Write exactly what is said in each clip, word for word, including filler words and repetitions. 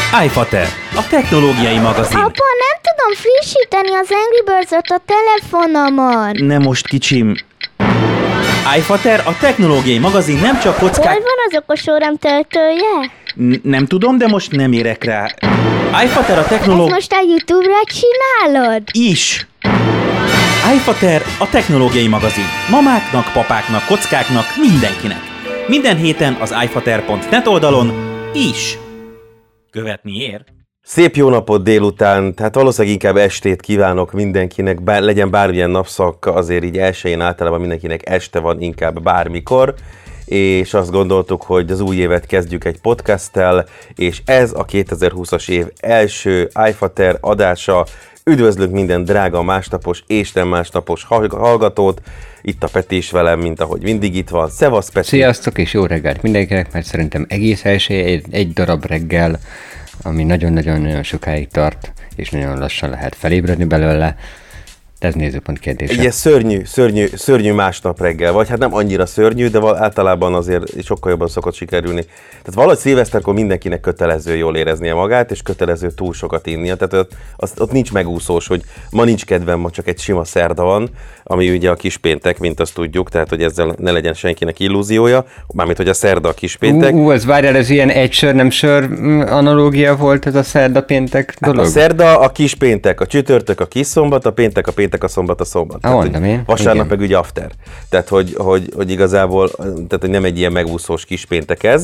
iFater, a technológiai magazin. Apa, nem tudom frissíteni az Angry Birds-ot a telefonomon. Nem most, kicsim. iFater, a technológiai magazin nem csak kockák... Hol van az okosórám töltője? N- nem tudom, de most nem érek rá. iFater, a technológiai... Ezt most a YouTube-ra csinálod? Is. iFater, a technológiai magazin. Mamáknak, papáknak, kockáknak, mindenkinek. Minden héten az iFater pont net oldalon is. Követni ér. Szép jó napot délután, tehát valószínűleg inkább estét kívánok mindenkinek, bár legyen bármilyen napszak, azért így elsőjén általában mindenkinek este van inkább bármikor, és azt gondoltuk, hogy az új évet kezdjük egy podcasttel, és ez a kétezer-húszas év első iFater adása. Üdvözlünk minden drága másnapos és nem másnapos hallgatót, itt a Peti is velem, mint ahogy mindig itt van. Szevasz, Peti! Sziasztok és jó reggelt mindenkinek, mert szerintem egész első egy, egy darab reggel, ami nagyon-nagyon sokáig tart, és nagyon lassan lehet felébredni belőle. Ez nézőpont kérdése. Egy szörnyű, szörnyű, szörnyű másnap reggel, vagy hát nem annyira szörnyű, de általában azért sokkal jobban szokott sikerülni. Tehát valahogy szilveszterkor mindenkinek kötelező jól éreznie magát, és kötelező túl sokat innia. Tehát ott, az, ott nincs megúszós, hogy ma nincs kedvem, ma csak egy sima szerda van, ami ugye a kispéntek, mint azt tudjuk, tehát hogy ezzel ne legyen senkinek illúziója, mármint hogy a szerda a kispéntek. Ú, ez várjál, ez ilyen egy sör, nem sör analógia volt ez a szerda-péntek dolog? Hát a szerda a kispéntek, a csütörtök a kis szombat, a péntek a péntek, a szombat a szombat. Ah, mondom én. Vasárnap igen. meg ugye after. Tehát, hogy, hogy, hogy igazából tehát, hogy nem egy ilyen megúszós kispéntek ez.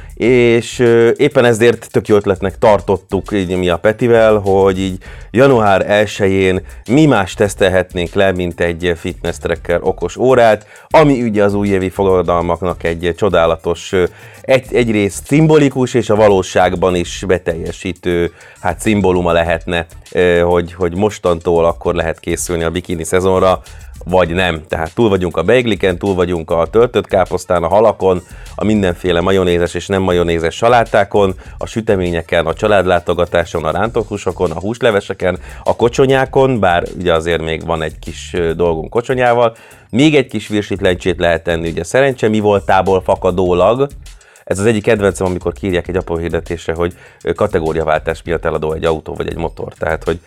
És euh, éppen ezért tök jó ötletnek tartottuk így mi a Petivel, hogy így január elsején mi más tesztelhetnénk le, mint egy fitness tracker okos órát, ami ugye az újévi fogadalmaknak egy csodálatos, egy, egyrészt szimbolikus és a valóságban is beteljesítő hát szimbóluma lehetne, hogy, hogy mostantól akkor lehet készülni a bikini szezonra, vagy nem. Tehát túl vagyunk a beigliken, túl vagyunk a töltött káposztán, a halakon, a mindenféle majonézes és nem majonézes salátákon, a süteményeken, a családlátogatáson, a rántott húsokon, a húsleveseken, a kocsonyákon, bár ugye azért még van egy kis dolgunk kocsonyával, még egy kis virsit lencsét lehet tenni, ugye szerencse mi voltából fakadólag. Ez az egyik kedvencem, amikor kírják egy apróhirdetésre, hogy kategóriaváltás miatt eladó egy autó vagy egy motor. Tehát, hogy,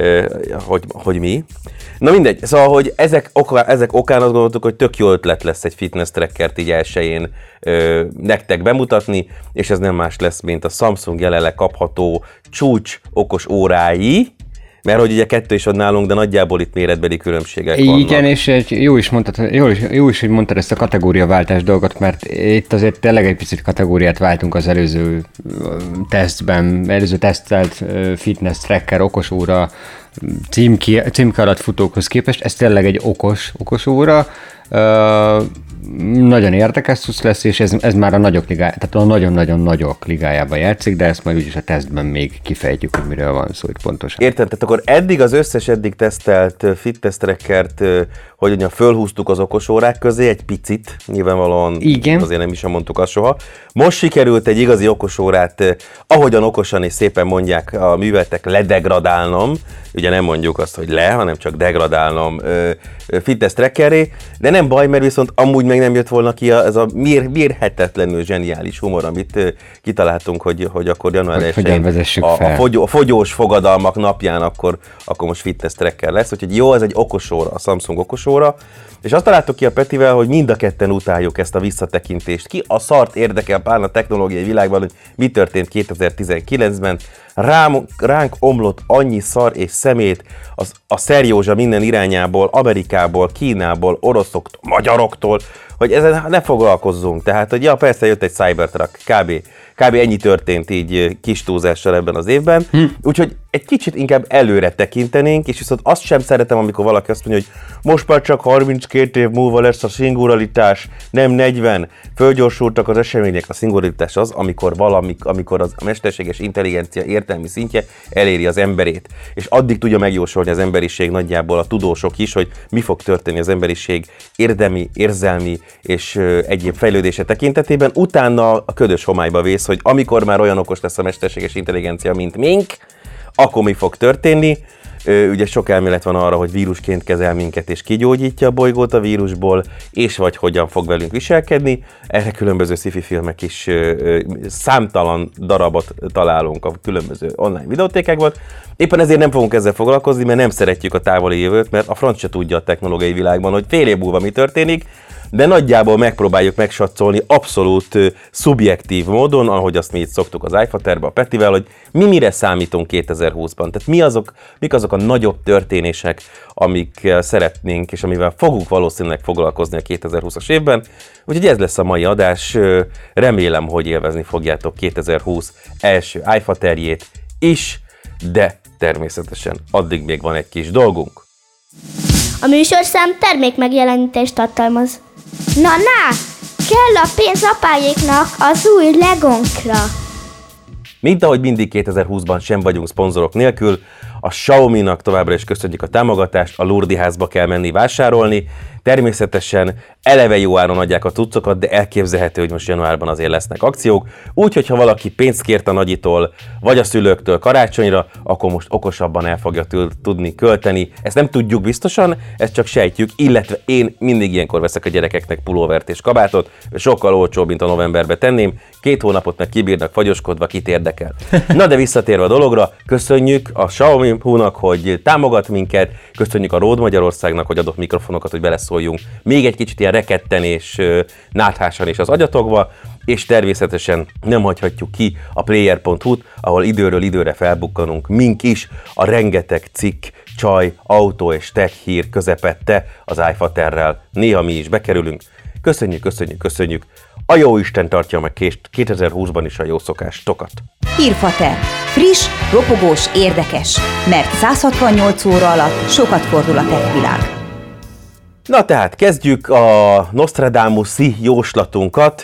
hogy, hogy mi. Na mindegy, szóval, hogy ezek, oka, ezek okán azt gondoltuk, hogy tök jó ötlet lesz egy fitness trackert így elsőjén ö, nektek bemutatni, és ez nem más lesz, mint a Samsung jelenleg kapható csúcs okos órái, mert hogy ugye kettő is van nálunk, de nagyjából itt méretbeli különbségek vannak. Igen, és egy, jó, is mondtad, jó, is, jó is, hogy mondtad ezt a kategóriaváltás dolgot, mert itt azért tényleg egy picit kategóriát váltunk az előző tesztben, előző tesztelt fitness tracker okos óra címke, címke alatt futókhoz képest. Ez tényleg egy okos, okos óra. Uh, nagyon érdekes cucc lesz, és ez, ez már a nagyok ligájában, tehát a nagyon-nagyon nagyok ligájában játszik, de ezt majd úgyis a tesztben még kifejtjük, hogy miről van szó itt pontosan. Értem, tehát akkor eddig az összes eddig tesztelt fitness trackert, hogy mondjam, fölhúztuk az okosórák közé egy picit, nyilvánvalóan igen. Azért nem is sem mondtuk azt soha. Most sikerült egy igazi okosórát, ahogyan okosan és szépen mondják a műveltek, ledegradálnom, ugye nem mondjuk azt, hogy le, hanem csak degradálnom fitness trackerré, de nem baj, mert viszont amúgy meg nem jött volna ki ez a mér, mérhetetlenül zseniális humor, amit kitaláltunk, hogy, hogy akkor január elsején a, a, fogyó, a fogyós fogadalmak napján akkor, akkor most fitness tracker lesz, úgyhogy jó, ez egy okosóra, a Samsung okosóra, és azt találtuk ki a Petivel, hogy mind a ketten utáljuk ezt a visszatekintést. Ki a szart érdekel pár a technológiai világban, hogy mi történt kétezer-tizenkilencben, Rám, ránk omlott annyi szar és szemét az, a szerjózsa minden irányából, Amerikából, Kínából, oroszoktól, magyaroktól, hogy ezzel ne foglalkozzunk. Tehát, hogy ja, persze jött egy Cybertruck, kb. Kb. Ennyi történt így kis túlzással ebben az évben. Hm. Úgyhogy egy kicsit inkább előre tekintenénk, és viszont azt sem szeretem, amikor valaki azt mondja, hogy most már csak harminckét év múlva lesz a szingularitás, nem negyven. Fölgyorsultak az események. A szingularitás az, amikor valami, amikor az a mesterséges intelligencia értelmi szintje eléri az emberét. És addig tudja megjósolni az emberiség nagyjából a tudósok is, hogy mi fog történni az emberiség érdemi, érzelmi és egyéb fejlődése tekintetében. Utána a ködös homályba vész, hogy amikor már olyan okos lesz a mesterséges intelligencia, mint mink, akkor mi fog történni. Ugye sok elmélet van arra, hogy vírusként kezel minket és kigyógyítja a bolygót a vírusból, és vagy hogyan fog velünk viselkedni. Erre különböző sci-fi filmek is számtalan darabot találunk a különböző online videótékákban. Éppen ezért nem fogunk ezzel foglalkozni, mert nem szeretjük a távoli jövőt, mert a franc se tudja a technológiai világban, hogy fél év múlva mi történik, de nagyjából megpróbáljuk megsatszolni abszolút uh, szubjektív módon, ahogy azt mi itt szoktuk az iFaterbe a Petivel, hogy mi mire számítunk kétezer-húszban. Tehát mi azok, mik azok a nagyobb történések, amikkel szeretnénk, és amivel fogunk valószínűleg foglalkozni a kétezer-húszas évben. Úgyhogy ez lesz a mai adás. Remélem, hogy élvezni fogjátok kétezer-húsz első iFaterjét is, de természetesen addig még van egy kis dolgunk. A műsorszám termékmegjelenítést tartalmaz. Na, na! Kell a pénz apáéknak az új Legonkra! Mint ahogy mindig kétezer-húszban sem vagyunk szponzorok nélkül, a Xiaomi-nak továbbra is köszönjük a támogatást, a Lourdi házba kell menni vásárolni. Természetesen eleve jó áron adják a cuccokat, de elképzelhető, hogy most januárban azért lesznek akciók. Úgyhogy ha valaki pénzt kért a nagyitól, vagy a szülőktől karácsonyra, akkor most okosabban el fogja tudni költeni. Ezt nem tudjuk biztosan, ezt csak sejtjük, illetve én mindig ilyenkor veszek a gyerekeknek pulóvert és kabátot, sokkal olcsóbb, mint a novemberbe tenném. Két hónapot meg kibírnak fagyoskodva, kit érdekel. Na de visszatérve a dologra, köszönjük a Xiaomi-nak, hogy támogat minket, köszönjük a Rode Magyarországnak, hogy adott mikrofonokat, hogy beleszóljunk még egy kicsit ilyen reketten és náthásan is az agyatokba, és természetesen nem hagyhatjuk ki a player pont hu-t, ahol időről időre felbukkanunk mink is a rengeteg cikk, csaj, autó és tech hír közepette az iFaterrel. Néha mi is bekerülünk. Köszönjük, köszönjük, köszönjük. A Jóisten tartja meg kétezer-húszban is a jó szokástokat. Hírfater. Friss, ropogós, érdekes. Mert száz hatvannyolc óra alatt sokat fordul a tech világ. Na tehát kezdjük a Nostradamus-i jóslatunkat,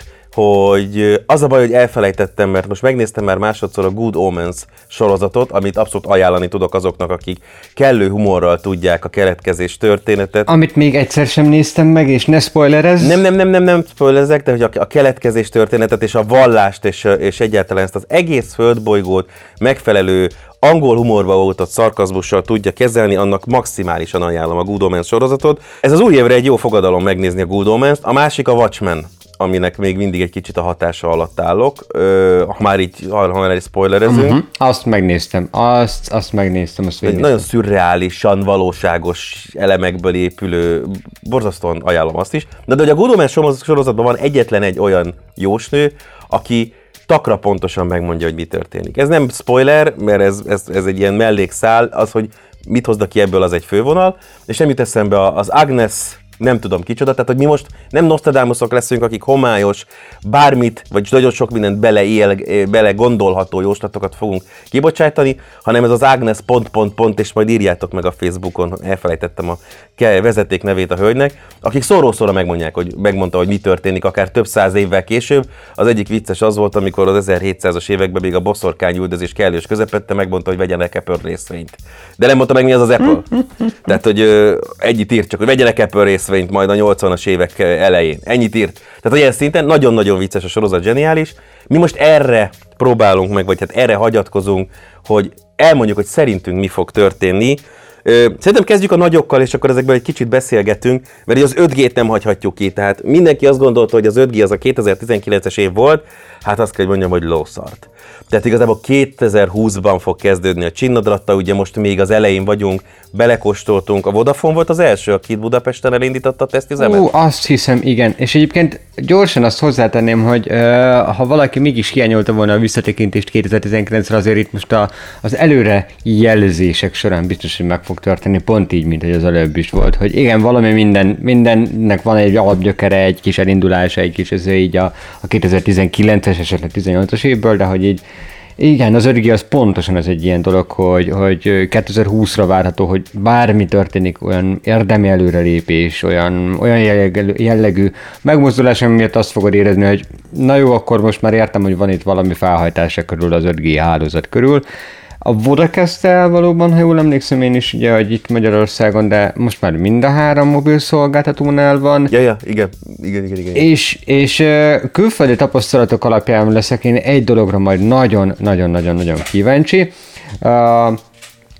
hogy az a baj, hogy elfelejtettem, mert most megnéztem már másodszor a Good Omens sorozatot, amit abszolút ajánlani tudok azoknak, akik kellő humorral tudják a keletkezés történetet. Amit még egyszer sem néztem meg, és ne spoilerezz. Nem, nem, nem, nem, nem spoilerezek, de hogy a, a keletkezés történetet és a vallást és, és egyáltalán ezt az egész földbolygót megfelelő angol humorba oltott szarkazmussal tudja kezelni, annak maximálisan ajánlom a Good Omens sorozatot. Ez az új évre egy jó fogadalom megnézni a Good Omens-t, a másik a Watchmen, aminek még mindig egy kicsit a hatása alatt állok. Ö, ha már így, ha már egy spoilerezünk. Uh-huh. Azt megnéztem, azt, azt megnéztem. Azt egy nagyon szürreálisan, valóságos elemekből épülő, borzasztóan ajánlom azt is. De, de hogy a Good Omens sorozatban van egyetlen egy olyan jósnő, aki takra pontosan megmondja, hogy mi történik. Ez nem spoiler, mert ez, ez, ez egy ilyen mellékszál, az, hogy mit hoznak ki ebből, az egy fővonal, és nem jut eszembe az Agnes, nem tudom kicsoda, tehát hogy mi most nem Nostradamusok leszünk, akik homályos, bármit, vagy nagyon sok mindent beleél, bele gondolható jóslatokat fogunk kibocsátani, hanem ez az Agnes pont, pont, pont, és majd írjátok meg a Facebookon, elfelejtettem a vezeték nevét a hölgynek, akik szóról-szóra megmondják, hogy megmondta, hogy mi történik, akár több száz évvel később. Az egyik vicces az volt, amikor az ezerhétszázas években még a boszorkányüldözés kellős közepette megmondta, hogy vegyenek Apple részvényt. De nem mondta meg, mi az az Apple. Tehát, hogy ö, ennyit írt csak, hogy vegyenek Apple részvényt majd a nyolcvanas évek elején. Ennyit írt. Tehát ilyen szinten nagyon-nagyon vicces a sorozat, zseniális. Mi most erre próbálunk meg, vagy hát erre hagyatkozunk, hogy elmondjuk, hogy szerintünk mi fog történni. Szerintem kezdjük a nagyokkal, és akkor ezekből egy kicsit beszélgetünk, mert az öt G-t nem hagyhatjuk ki. Tehát mindenki azt gondolta, hogy az öt G az a kétezer-tizenkilences év volt, hát azt kell, hogy mondjam, hogy lószart. Tehát igazából kétezer-húszban fog kezdődni a csinnadratta, ugye most még az elején vagyunk, belekóstoltunk. A Vodafone volt az első, aki itt Budapesten elindította a tesztüzemet? Ó, azt hiszem, igen. És egyébként gyorsan azt hozzátenném, hogy uh, ha valaki mégis hiányolta volna a visszatekintést kétezer-tizenkilencre, azért itt most a, az előre jelzések során biztos, hogy meg fog történni, pont így, mint hogy az előbb is volt, hogy igen, valami minden, mindennek van egy alapgyökere, egy kis elindulása, egy kis ez így a, a kétezer-tizenkilences, esetleg tizennyolcas évből, de hogy így igen, az öt G az pontosan ez egy ilyen dolog, hogy, hogy kétezer-húszra várható, hogy bármi történik, olyan érdemi előrelépés, olyan, olyan jellegű, jellegű megmozdulás, ami miatt azt fogod érezni, hogy na jó, akkor most már értem, hogy van itt valami felhajtása körül az öt G hálózat körül. A Vodacast-tel valóban, ha jól emlékszem én is, ugye, hogy itt Magyarországon, de most már mind a három mobil szolgáltatónál van. Ja, ja, igen, igen, igen, igen. És, és külföldi tapasztalatok alapján leszek én egy dologra majd nagyon-nagyon-nagyon-nagyon kíváncsi.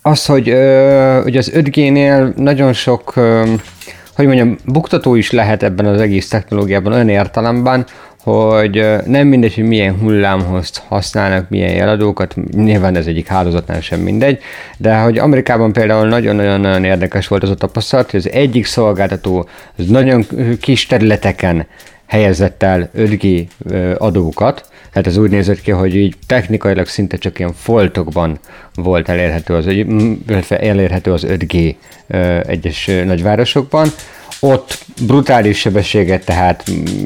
az, hogy ö, ugye az öt G-nél nagyon sok, ö, hogy mondjam, buktató is lehet ebben az egész technológiában olyan értelemben, hogy nem mindegy, hogy milyen hullámhozt használnak, milyen jeladókat, nyilván ez egyik hálózatnál sem mindegy, de hogy Amerikában például nagyon-nagyon érdekes volt az a tapasztalat, hogy az egyik szolgáltató az nagyon kis területeken helyezett el öt G adókat, tehát ez úgy nézett ki, hogy így technikailag szinte csak ilyen foltokban volt elérhető az, elérhető az öt G egyes nagyvárosokban. Ott brutális sebességet, tehát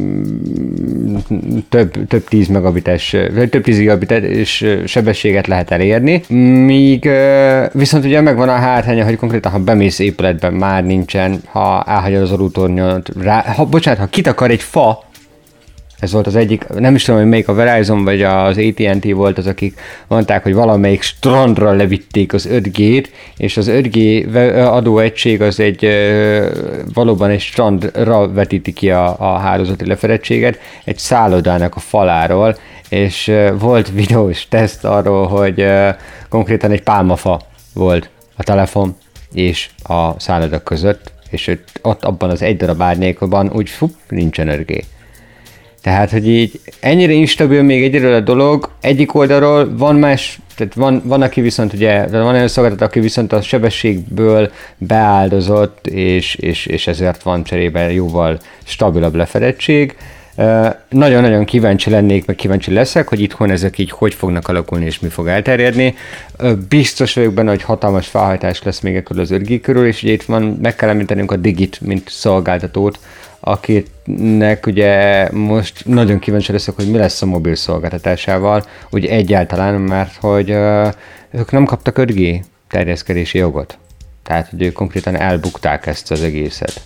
több, több tíz megabites, vagy több tíz gigabites sebességet lehet elérni, míg viszont ugye megvan a hátránya, hogy konkrétan, ha bemész épületben, már nincsen, ha elhagyod az aludtornyot, rá, ha, bocsánat, ha kitakar egy fa, ez volt az egyik, nem is tudom, hogy melyik a Verizon vagy az á té and té volt az, akik mondták, hogy valamelyik strandra levitték az öt G-t, és az öt G adóegység az egy valóban egy strandra vetíti ki a, a hálózati lefedettséget, egy szállodának a faláról, és volt videós teszt arról, hogy konkrétan egy pálmafa volt a telefon és a szálloda között, és ott abban az egy darab árnyékban úgy fup, nincsen öt G. Tehát, hogy így ennyire instabil még egyről a dolog, egyik oldalról van más, tehát van, van aki viszont ugye, van olyan szolgáltató, aki viszont a sebességből beáldozott, és, és, és ezért van cserében jóval stabilabb lefedettség. Uh, nagyon-nagyon kíváncsi lennék, meg kíváncsi leszek, hogy itthon ezek így hogy fognak alakulni, és mi fog elterjedni. Uh, biztos vagyok benne, hogy hatalmas felhajtás lesz még ekkor az öt G körül, és ugye itt van, meg kell említenünk a Digit, mint szolgáltatót, akinek ugye most nagyon kíváncsi leszek, hogy mi lesz a mobil szolgáltatásával, ugye egyáltalán, mert hogy uh, ők nem kaptak öt G terjeszkedési jogot. Tehát, hogy ők konkrétan elbukták ezt az egészet.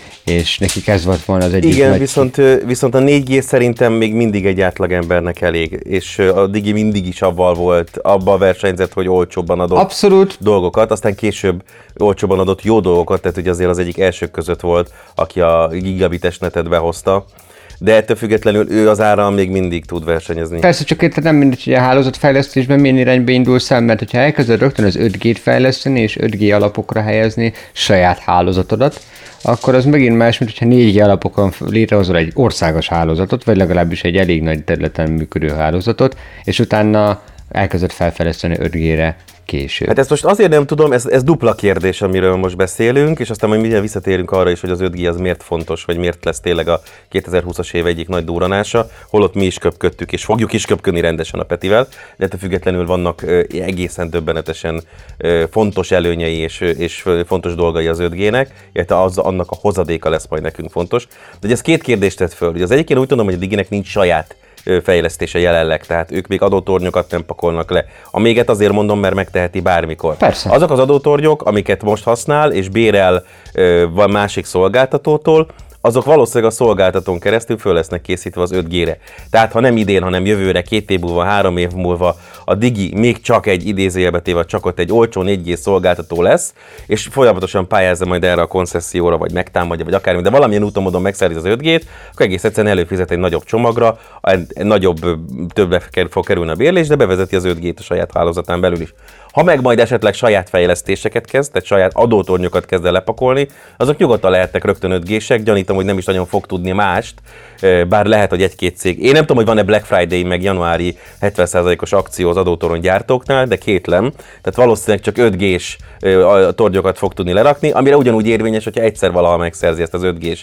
És nekik ez volt volna az egyik Igen, nagy... viszont, viszont a négy G szerintem még mindig egy átlagembernek elég, és a Digi mindig is avval volt, abban versenyzett, hogy olcsóbban adott Abszolút. dolgokat, aztán később olcsóban adott jó dolgokat, tehát ugye azért az egyik elsők között volt, aki a gigabites netet behozta, de ettől függetlenül ő az áram még mindig tud versenyezni. Persze, csak itt nem mindegy, hogy a hálózatfejlesztésben milyen irányba indulsz el, mert hogyha elkezded rögtön az öt G-t fejleszteni, és öt G alapokra helyezni saját hálózatodat, akkor az megint más, mint hogyha négy G alapokon létrehozol egy országos hálózatot, vagy legalábbis egy elég nagy területen működő hálózatot, és utána elkezded felfejleszteni öt G-re később. Hát ezt most azért nem tudom, ez, ez dupla kérdés, amiről most beszélünk, és aztán majd mindjárt visszatérünk arra is, hogy az öt G az miért fontos, vagy miért lesz tényleg a kétezer-húszas év egyik nagy durranása, holott mi is köpködtük, és fogjuk is köpködni rendesen a Petivel, de ettől függetlenül vannak egészen döbbenetesen fontos előnyei és, és fontos dolgai az öt G-nek, illetve az, annak a hozadéka lesz majd nekünk fontos. De ez két kérdést tett föl. Ugye az egyik én úgy tudom, hogy a Diginek nincs saját fejlesztése jelenleg, tehát ők még adótornyokat nem pakolnak le. A méget azért mondom, mert megteheti bármikor. Persze. Azok az adótornyok, amiket most használ és bérel van másik szolgáltatótól, azok valószínűleg a szolgáltatón keresztül föl lesznek készítve az öt G-re. Tehát ha nem idén, hanem jövőre, két év múlva, három év múlva a Digi még csak egy idézőjelbe téve, csak ott egy olcsó négy G szolgáltató lesz, és folyamatosan pályázza majd erre a koncesszióra, vagy megtámadja, vagy akármi, de valamilyen úton módon megszerzi az öt G-t, akkor egész egyszerűen előfizet egy nagyobb csomagra, egy nagyobb, többre fog kerülni a bérlés, de bevezeti az öt G-t a saját hálózatán belül is. Ha meg majd esetleg saját fejlesztéseket kezd, tehát saját adótornyokat kezd el lepakolni, azok nyugodtan lehetnek rögtön öt G-sek, gyanítom, hogy nem is nagyon fog tudni mást, bár lehet, hogy egy-két cég. Én nem tudom, hogy van-e Black Friday meg januári hetven százalékos akció az adótorony gyártóknál, de kétlem. Tehát valószínűleg csak öt G-s tornyokat fog tudni lerakni, amire ugyanúgy érvényes, hogyha egyszer valaha megszerzi ezt az öt G-s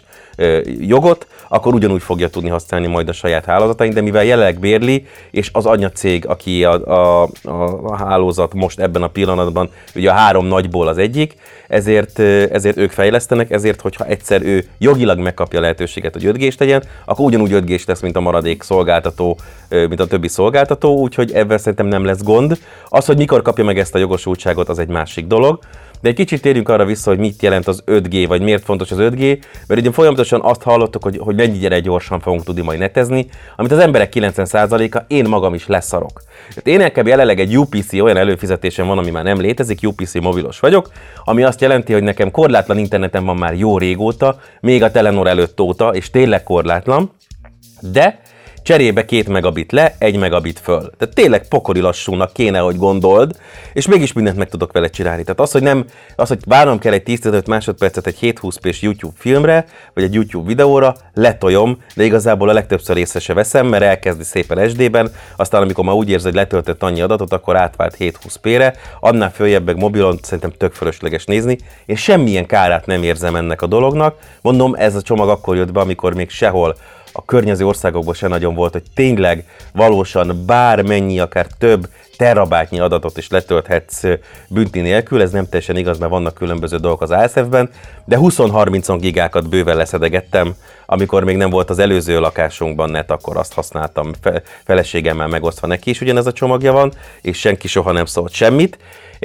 jogot, akkor ugyanúgy fogja tudni használni majd a saját hálózatain, de mivel jelenleg bérli, és az anyacég, aki a, a, a hálózat most ebben a pillanatban, ugye a három nagyból az egyik, ezért, ezért ők fejlesztenek, ezért, hogyha egyszer ő jogilag megkapja a lehetőséget, hogy öt G-s tegyen, akkor ugyanúgy öt G-s lesz, mint a maradék szolgáltató, mint a többi szolgáltató, úgyhogy ebben szerintem nem lesz gond. Az, hogy mikor kapja meg ezt a jogosultságot, az egy másik dolog. De egy kicsit térjünk arra vissza, hogy mit jelent az öt G, vagy miért fontos az öt G, mert ugye folyamatosan azt hallottuk, hogy, hogy mennyire gyorsan fogunk tudni majd netezni, amit az emberek kilencven százaléka, én magam is leszarok. Tehát én nekem jelenleg egy U P C olyan előfizetésem van, ami már nem létezik, U P C mobilos vagyok, ami azt jelenti, hogy nekem korlátlan internetem van már jó régóta, még a Telenor előtt óta, és tényleg korlátlan, de cserébe két megabit le, egy megabit föl. Tehát tényleg pokoli lassúnak kéne, hogy gondold, és mégis mindent meg tudok vele csinálni. Tehát az, hogy nem, az, hogy várnom kell egy tíz-tizenöt másodpercet egy hétszázhúsz pés YouTube filmre, vagy egy YouTube videóra, letoljom, de igazából a legtöbbször észre se veszem, mert elkezdi szépen es dében, aztán amikor már úgy érzi, hogy letöltött annyi adatot, akkor átvált hétszázhúsz pére, annál följebb meg mobilon szerintem tök fölösleges nézni, és semmilyen kárát nem érzem ennek a dolognak. Mondom, ez a csomag akkor jött be, amikor még sehol a környező országokban se nagyon volt, hogy tényleg valósan bármennyi, akár több terabájtnyi adatot is letölthetsz bünti nélkül, ez nem teljesen igaz, mert vannak különböző dolgok az á es ef-ben, de húsz-harminc gigákat bőven leszedegettem, amikor még nem volt az előző lakásunkban net, akkor azt használtam feleségemmel megosztva neki is ugyanez a csomagja van, és senki soha nem szólt semmit,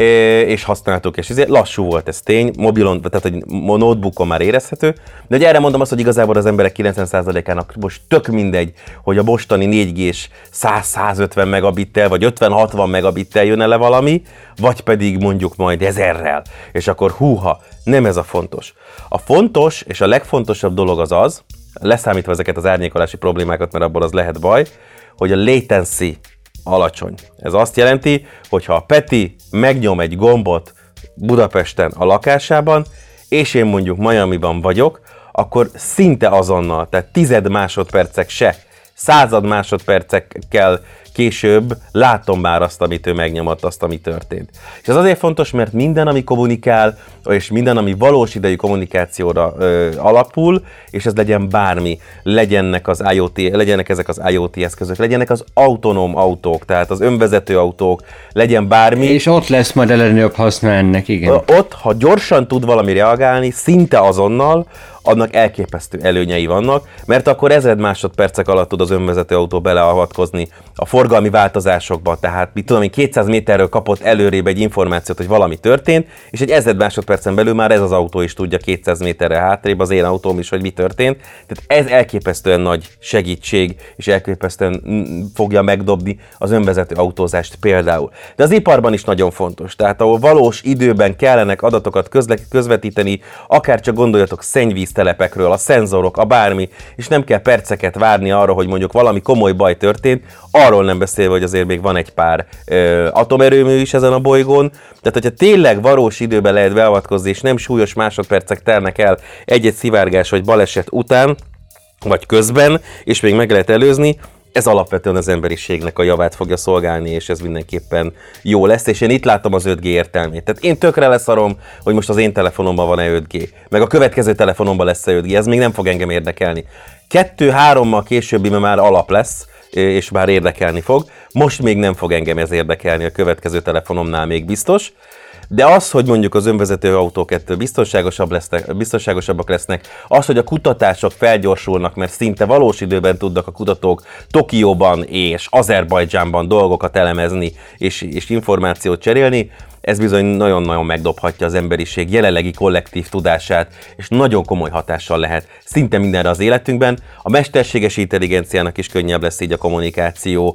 és használtuk, és ezért lassú volt ez tény, mobilon, tehát hogy notebookon már érezhető, de ugye erre mondom azt, hogy igazából az emberek kilencven százalékának most tök mindegy, hogy a mostani négy gés száz-százötven megabittel, vagy ötven-hatvan megabittel jön le valami, vagy pedig mondjuk majd ezerrel, és akkor húha, nem ez a fontos. A fontos, és a legfontosabb dolog az az, leszámítva ezeket az árnyékolási problémákat, mert abból az lehet baj, hogy a latency alacsony. Ez azt jelenti, hogy ha a Peti megnyom egy gombot Budapesten a lakásában, és én mondjuk Miamiban vagyok, akkor szinte azonnal, tehát tized másodpercek se, század másodpercekkel később látom már azt, amit ő megnyomott, azt, ami történt. És ez azért fontos, mert minden, ami kommunikál, és minden, ami valós idejű kommunikációra ö, alapul, és ez legyen bármi, legyenek, az IoT, legyenek ezek az IoT eszközök, legyenek az autonóm autók, tehát az önvezető autók, legyen bármi. És ott lesz majd a legnagyobb haszna ennek, igen. Ott, ha gyorsan tud valami reagálni, szinte azonnal, annak elképesztő előnyei vannak, mert akkor ezred másodpercek alatt tud az önvezető autó beleavatkozni a forgalmi változásokba, tehát mit tudom én, kétszáz méterről kapott előrébb egy információt, hogy valami történt, és egy ezred másodpercen belül már ez az autó is tudja kétszáz méterre hátrébb, az én autóm is, hogy mi történt. Tehát ez elképesztően nagy segítség, és elképesztően fogja megdobni az önvezető autózást például. De az iparban is nagyon fontos, tehát ahol valós időben kellenek adatokat közle- közvetíteni, akár csak gondoljatok szennyvíz telepekről, a szenzorok, a bármi, és nem kell perceket várni arra, hogy mondjuk valami komoly baj történt, arról nem beszélve, hogy azért még van egy pár ö, atomerőmű is ezen a bolygón. Tehát, hogyha tényleg valós időben lehet beavatkozni, és nem súlyos másodpercek telnek el egy-egy szivárgás vagy baleset után, vagy közben, és még meg lehet előzni, ez alapvetően az emberiségnek a javát fogja szolgálni, és ez mindenképpen jó lesz, és én itt látom az öt G értelmét. Tehát én tökre leszarom, hogy most az én telefonomban van-e öt G, meg a következő telefonomban lesz-e öt G, ez még nem fog engem érdekelni. Kettő-hárommal későbbi már alap lesz, és már érdekelni fog. Most még nem fog engem ez érdekelni, a következő telefonomnál még biztos. De az, hogy mondjuk az önvezető autók ettől biztonságosabb lesznek, biztonságosabbak lesznek, az, hogy a kutatások felgyorsulnak, mert szinte valós időben tudnak a kutatók Tokióban és Azerbajdzsánban dolgokat elemezni és, és információt cserélni, ez bizony nagyon-nagyon megdobhatja az emberiség jelenlegi kollektív tudását, és nagyon komoly hatással lehet szinte mindenre az életünkben. A mesterséges intelligenciának is könnyebb lesz így a kommunikáció,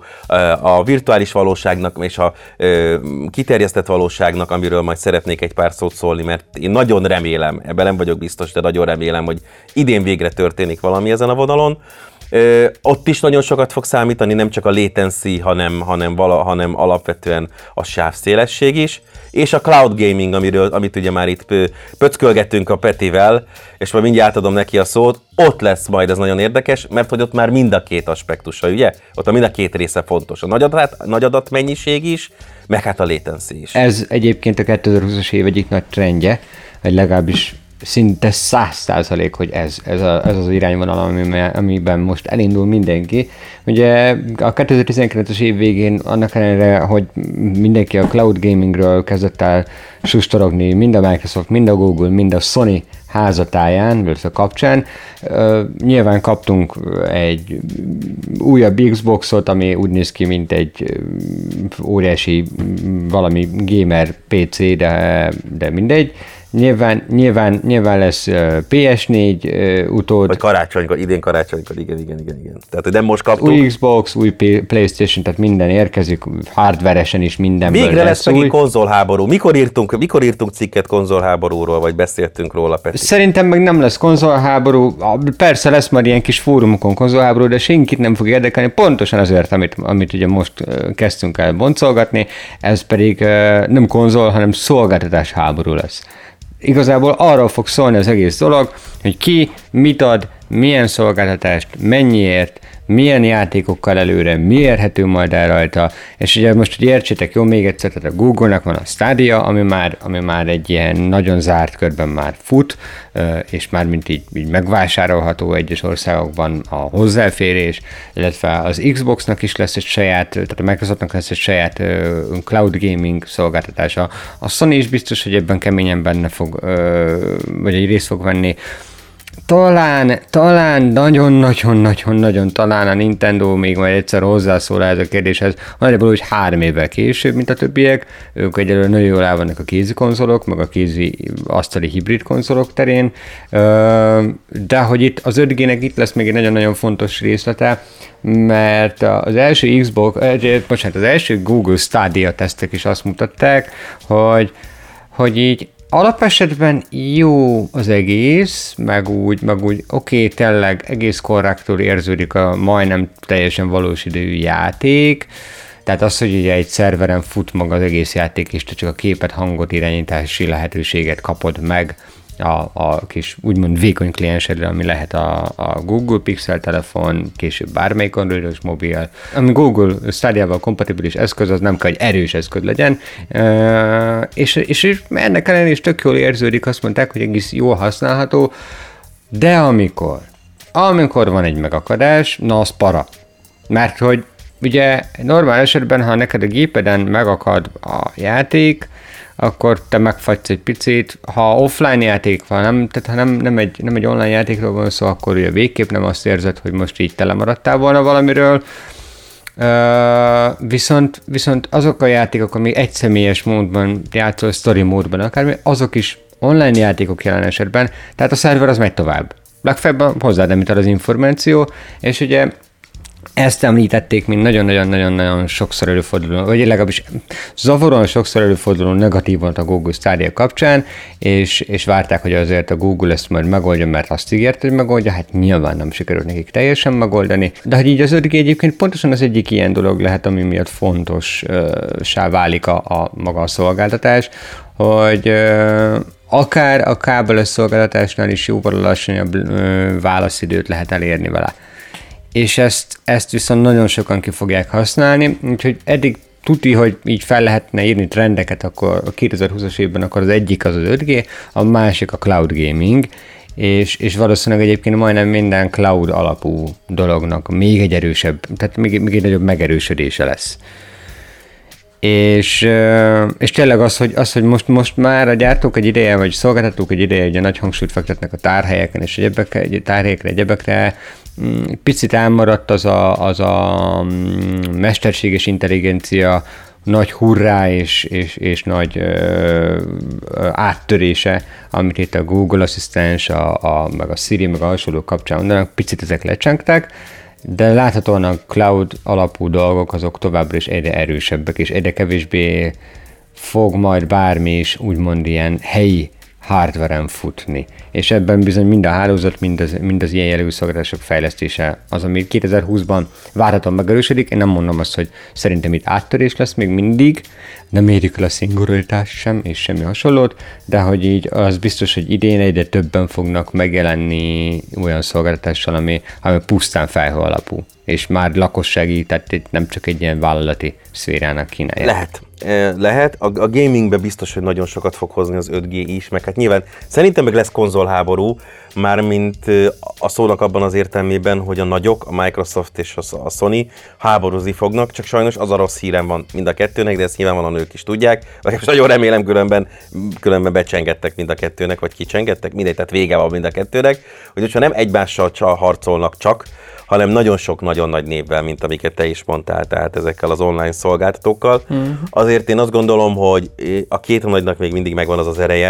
a virtuális valóságnak és a kiterjesztett valóságnak, amiről majd szeretnék egy pár szót szólni, mert én nagyon remélem, ebben nem vagyok biztos, de nagyon remélem, hogy idén végre történik valami ezen a vonalon. Ö, ott is nagyon sokat fog számítani, nem csak a latency, hanem, hanem, vala, hanem alapvetően a sávszélesség is, és a cloud gaming, amiről, amit ugye már itt pöckölgettünk a Petivel, és majd mindjárt átadom neki a szót, ott lesz majd, ez nagyon érdekes, mert hogy ott már mind a két aspektusa, ugye? Ott a mind a két része fontos. A nagy, adat, nagy adatmennyiség is, meg hát a latency is. Ez egyébként a kétezer-húszas év egyik nagy trendje, vagy legalábbis szinte száz százalék, hogy ez, ez, a, ez az irányvonal, amiben most elindul mindenki. Ugye a kétezer-tizenkilences év végén annak ellenére, hogy mindenki a cloud gamingről kezdett el sustorogni, mind a Microsoft, mind a Google, mind a Sony házatáján, vagy a kapcsán. Uh, nyilván kaptunk egy újabb Xboxot, ami úgy néz ki, mint egy óriási valami gamer pé cé, de, de mindegy. Nyilván, nyilván, nyilván lesz pé es négy utód. Vagy karácsonykor, idén karácsonykor, igen, igen, igen, igen. Tehát, hogy nem most kaptuk. Új Xbox, új PlayStation, tehát minden érkezik, hardveresen is mindenből. Végre lesz megint konzolháború. Mikor írtunk, mikor írtunk cikket konzolháborúról, vagy beszéltünk róla, Peti? Szerintem meg nem lesz konzolháború. Persze lesz majd ilyen kis fórumokon konzolháború, de senkit nem fog érdekelni. Pontosan azért, amit, amit ugye most kezdtünk el boncolgatni, ez pedig nem konzol, hanem szolgáltatás háború lesz. Igazából arról fog szólni az egész dolog, hogy ki mit ad, milyen szolgáltatást, mennyiért, milyen játékokkal előre, mi érhető majd el rajta, és ugye most, hogy értsétek jó, még egyszer, tehát a Google-nak van a Stadia, ami már, ami már egy ilyen nagyon zárt körben már fut, és már mint így, így megvásárolható egyes országokban a hozzáférés, illetve az Xboxnak is lesz egy saját, tehát a Microsoftnak lesz egy saját cloud gaming szolgáltatása. A Sony is biztos, hogy ebben keményen benne fog, vagy egy részt fog venni. Talán, talán, nagyon-nagyon-nagyon-nagyon talán a Nintendo még majd egyszer hozzászól ez a kérdéshez, nagyjából úgy három évvel később, mint a többiek. Ők egyelőre nagyon jól el vannak a kézi konzolok, meg a kézi asztali hibrid konzolok terén, de hogy itt az öt G-nek itt lesz még egy nagyon-nagyon fontos részlete, mert az első Xbox, bocsánat, az első Google Stadia tesztek is azt mutatták, hogy, hogy így alapesetben jó az egész, meg úgy, meg úgy oké, okay, tényleg egész korrektül érződik a majdnem teljesen valós idejű játék, tehát az, hogy ugye egy szerveren fut maga az egész játék, és te csak a képet, hangot, irányítási lehetőséget kapod meg a, a kis úgymond vékony kliensedre, ami lehet a, a Google Pixel telefon, később bármelyik androidos mobil. Ami Google Stadia-val kompatibilis eszköz, az nem kell, hogy erős eszköz legyen, e, és, és ennek ellenére is tök jól érződik, azt mondták, hogy egész jól használható, de amikor, amikor van egy megakadás, na az para. Mert hogy ugye normál esetben, ha neked a gépeden megakad a játék, akkor te megfagysz egy picit. Ha offline játék van, nem, tehát ha nem, nem, egy, nem egy online játékról van szó, akkor ugye végképp nem azt érzed, hogy most így telemaradtál volna valamiről. Uh, viszont, viszont azok a játékok, ami egyszemélyes módban játszol, story módban akármi, azok is online játékok jelen esetben, tehát a szerver az megy tovább. Legfeljebb hozzád nem jut az információ, és ugye ezt említették, mint nagyon-nagyon-nagyon sokszor előforduló, vagy legalábbis zavaróan sokszor előforduló negatívan a Google Stadia kapcsán, és, és várták, hogy azért a Google ezt majd megoldja, mert azt ígért, hogy megoldja, hát nyilván nem sikerült nekik teljesen megoldani, de hogy így az öt G egyébként pontosan az egyik ilyen dolog lehet, ami miatt fontossá válik a, a maga a szolgáltatás, hogy ö, akár a kábeles szolgáltatásnál is jóval lassabb ö, válaszidőt lehet elérni vele. És ezt, ezt viszont nagyon sokan ki fogják használni, úgyhogy eddig tuti, hogy így fel lehetne írni trendeket, akkor a kétezer-húszas évben akkor az egyik az az öt G, a másik a cloud gaming, és, és valószínűleg egyébként majdnem minden cloud alapú dolognak még egy erősebb, tehát még, még egy nagyobb megerősödése lesz. És, és tényleg az, hogy, az, hogy most, most már a gyártók egy ideje, vagy szolgáltatók egy ideje ugye nagy hangsúlyt fektetnek a tárhelyeken, és egyebekre, tárhelyekre, egyebekre, picit elmaradt az a, az a mesterséges intelligencia nagy hurrá és, és, és nagy ö, ö, áttörése, amit itt a Google Asszisztens, a, a, meg a Siri, meg a hasonlók kapcsán mondanak, picit ezek lecsángták, de láthatóan a cloud alapú dolgok azok továbbra is egyre erősebbek, és egyre kevésbé fog majd bármi is úgymond ilyen helyi hardveren futni. És ebben bizony mind a hálózat, mind az, mind az ilyen jellegű szolgáltatások fejlesztése az, ami kétezer-húszban várhatóan megerősödik. Én nem mondom azt, hogy szerintem itt áttörés lesz még mindig, nem érjük el a szingularitás sem, és semmi hasonlót, de hogy így az biztos, hogy idén egyre többen fognak megjelenni olyan szolgáltatással, ami, ami pusztán felhő alapú, és már lakossági, tehát nem csak egy ilyen vállalati szférának kínálja. Lehet. Lehet. A, a gamingben biztos, hogy nagyon sokat fog hozni az öt G is, meg hát nyilván szerintem meg lesz konzolháború, mármint a szónak abban az értelmében, hogy a nagyok, a Microsoft és a Sony háborúzni fognak, csak sajnos az a rossz hírem van mind a kettőnek, de ezt nyilvánvalóan ők is tudják. Most nagyon remélem, különben, különben becsengettek mind a kettőnek, vagy kicsengettek, mindegy, tehát vége van mind a kettőnek, hogy hogyha nem egymással harcolnak csak, hanem nagyon sok nagyon nagy névvel, mint amiket te is mondtál, tehát ezekkel az online szolgáltatókkal. Mm. Azért én azt gondolom, hogy a két nagynak még mindig megvan az az ereje,